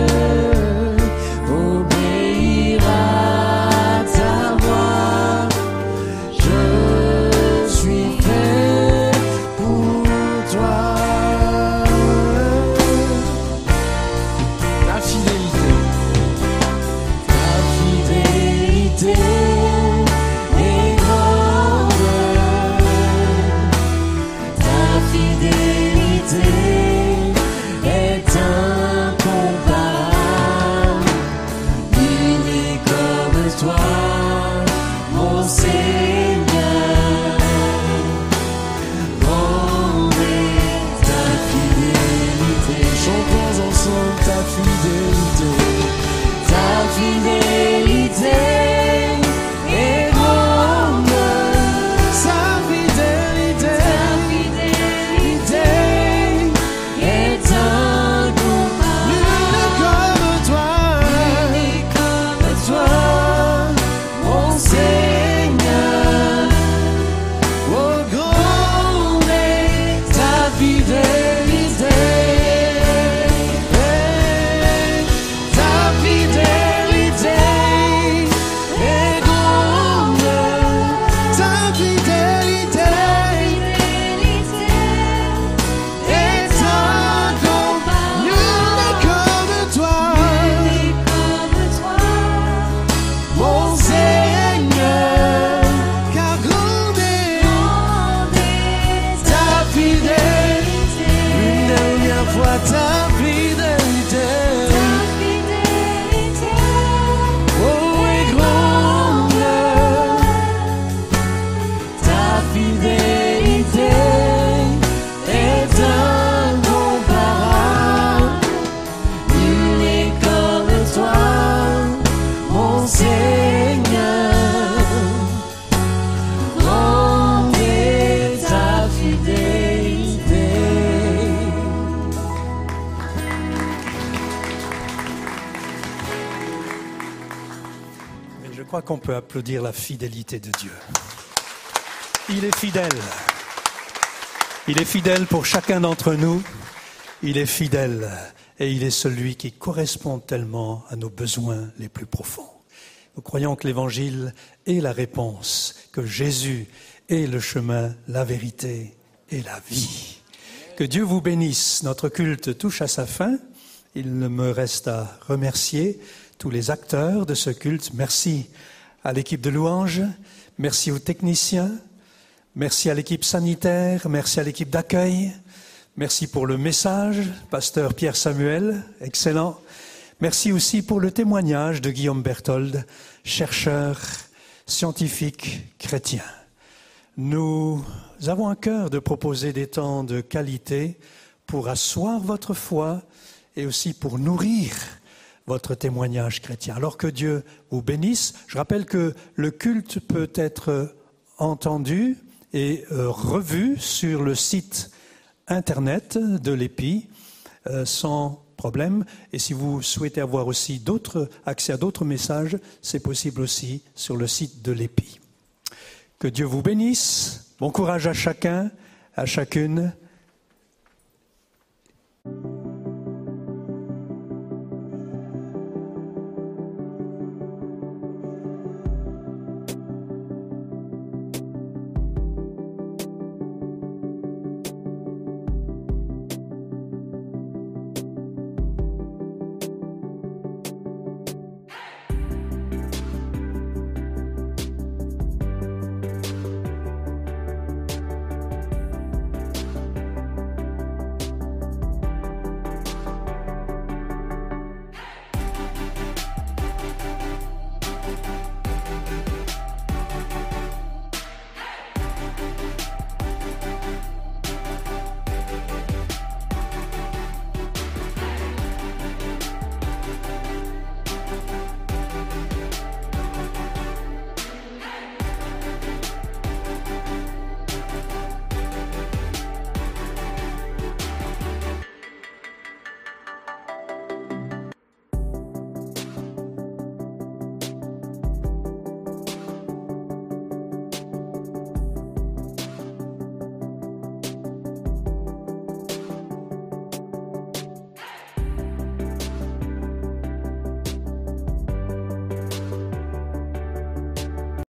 Obéir à ta voix. Je suis fait pour toi. La fidélité. Ta fidélité est grande. Ta fidélité est incomparable. Nul n'est comme toi, mon Seigneur. Grande est ta fidélité. Chantons ensemble ta fidélité. Ta fidélité est grande. Sa fidélité est incomparable. Nul n'est comme toi, mon Seigneur. Oh, grande est ta fidélité. Ta fidélité est grande. Ta fidélité est incomparable. Nul n'est comme toi, mon Seigneur. Car grande est ta fidélité. Une dernière fois ta fidélité. Oh, est grande. Ta fidélité est incomparable. Nul n'est comme toi, mon Seigneur. Grande est ta fidélité. Je crois qu'on peut applaudir la fidélité de Dieu. Il est fidèle. Il est fidèle pour chacun d'entre nous. Il est fidèle et il est celui qui correspond tellement à nos besoins les plus profonds. Nous croyons que l'Évangile est la réponse, que Jésus est le chemin, la vérité et la vie. Que Dieu vous bénisse. Notre culte touche à sa fin. Il ne me reste à remercier tous les acteurs de ce culte. Merci à l'équipe de louanges, merci aux techniciens, Merci à l'équipe sanitaire, merci à l'équipe d'accueil, merci pour le message, pasteur Pierre Samuel, excellent. Merci aussi pour le témoignage de Guillaume Berthold, chercheur, scientifique, chrétien. Nous avons à cœur de proposer des temps de qualité pour asseoir votre foi et aussi pour nourrir votre témoignage chrétien. Alors que Dieu vous bénisse. Je rappelle que le culte peut être entendu et revu sur le site internet de l'EPI sans problème. Et si vous souhaitez avoir aussi accès à d'autres messages, c'est possible aussi sur le site de l'EPI. Que Dieu vous bénisse. Bon courage à chacun, à chacune.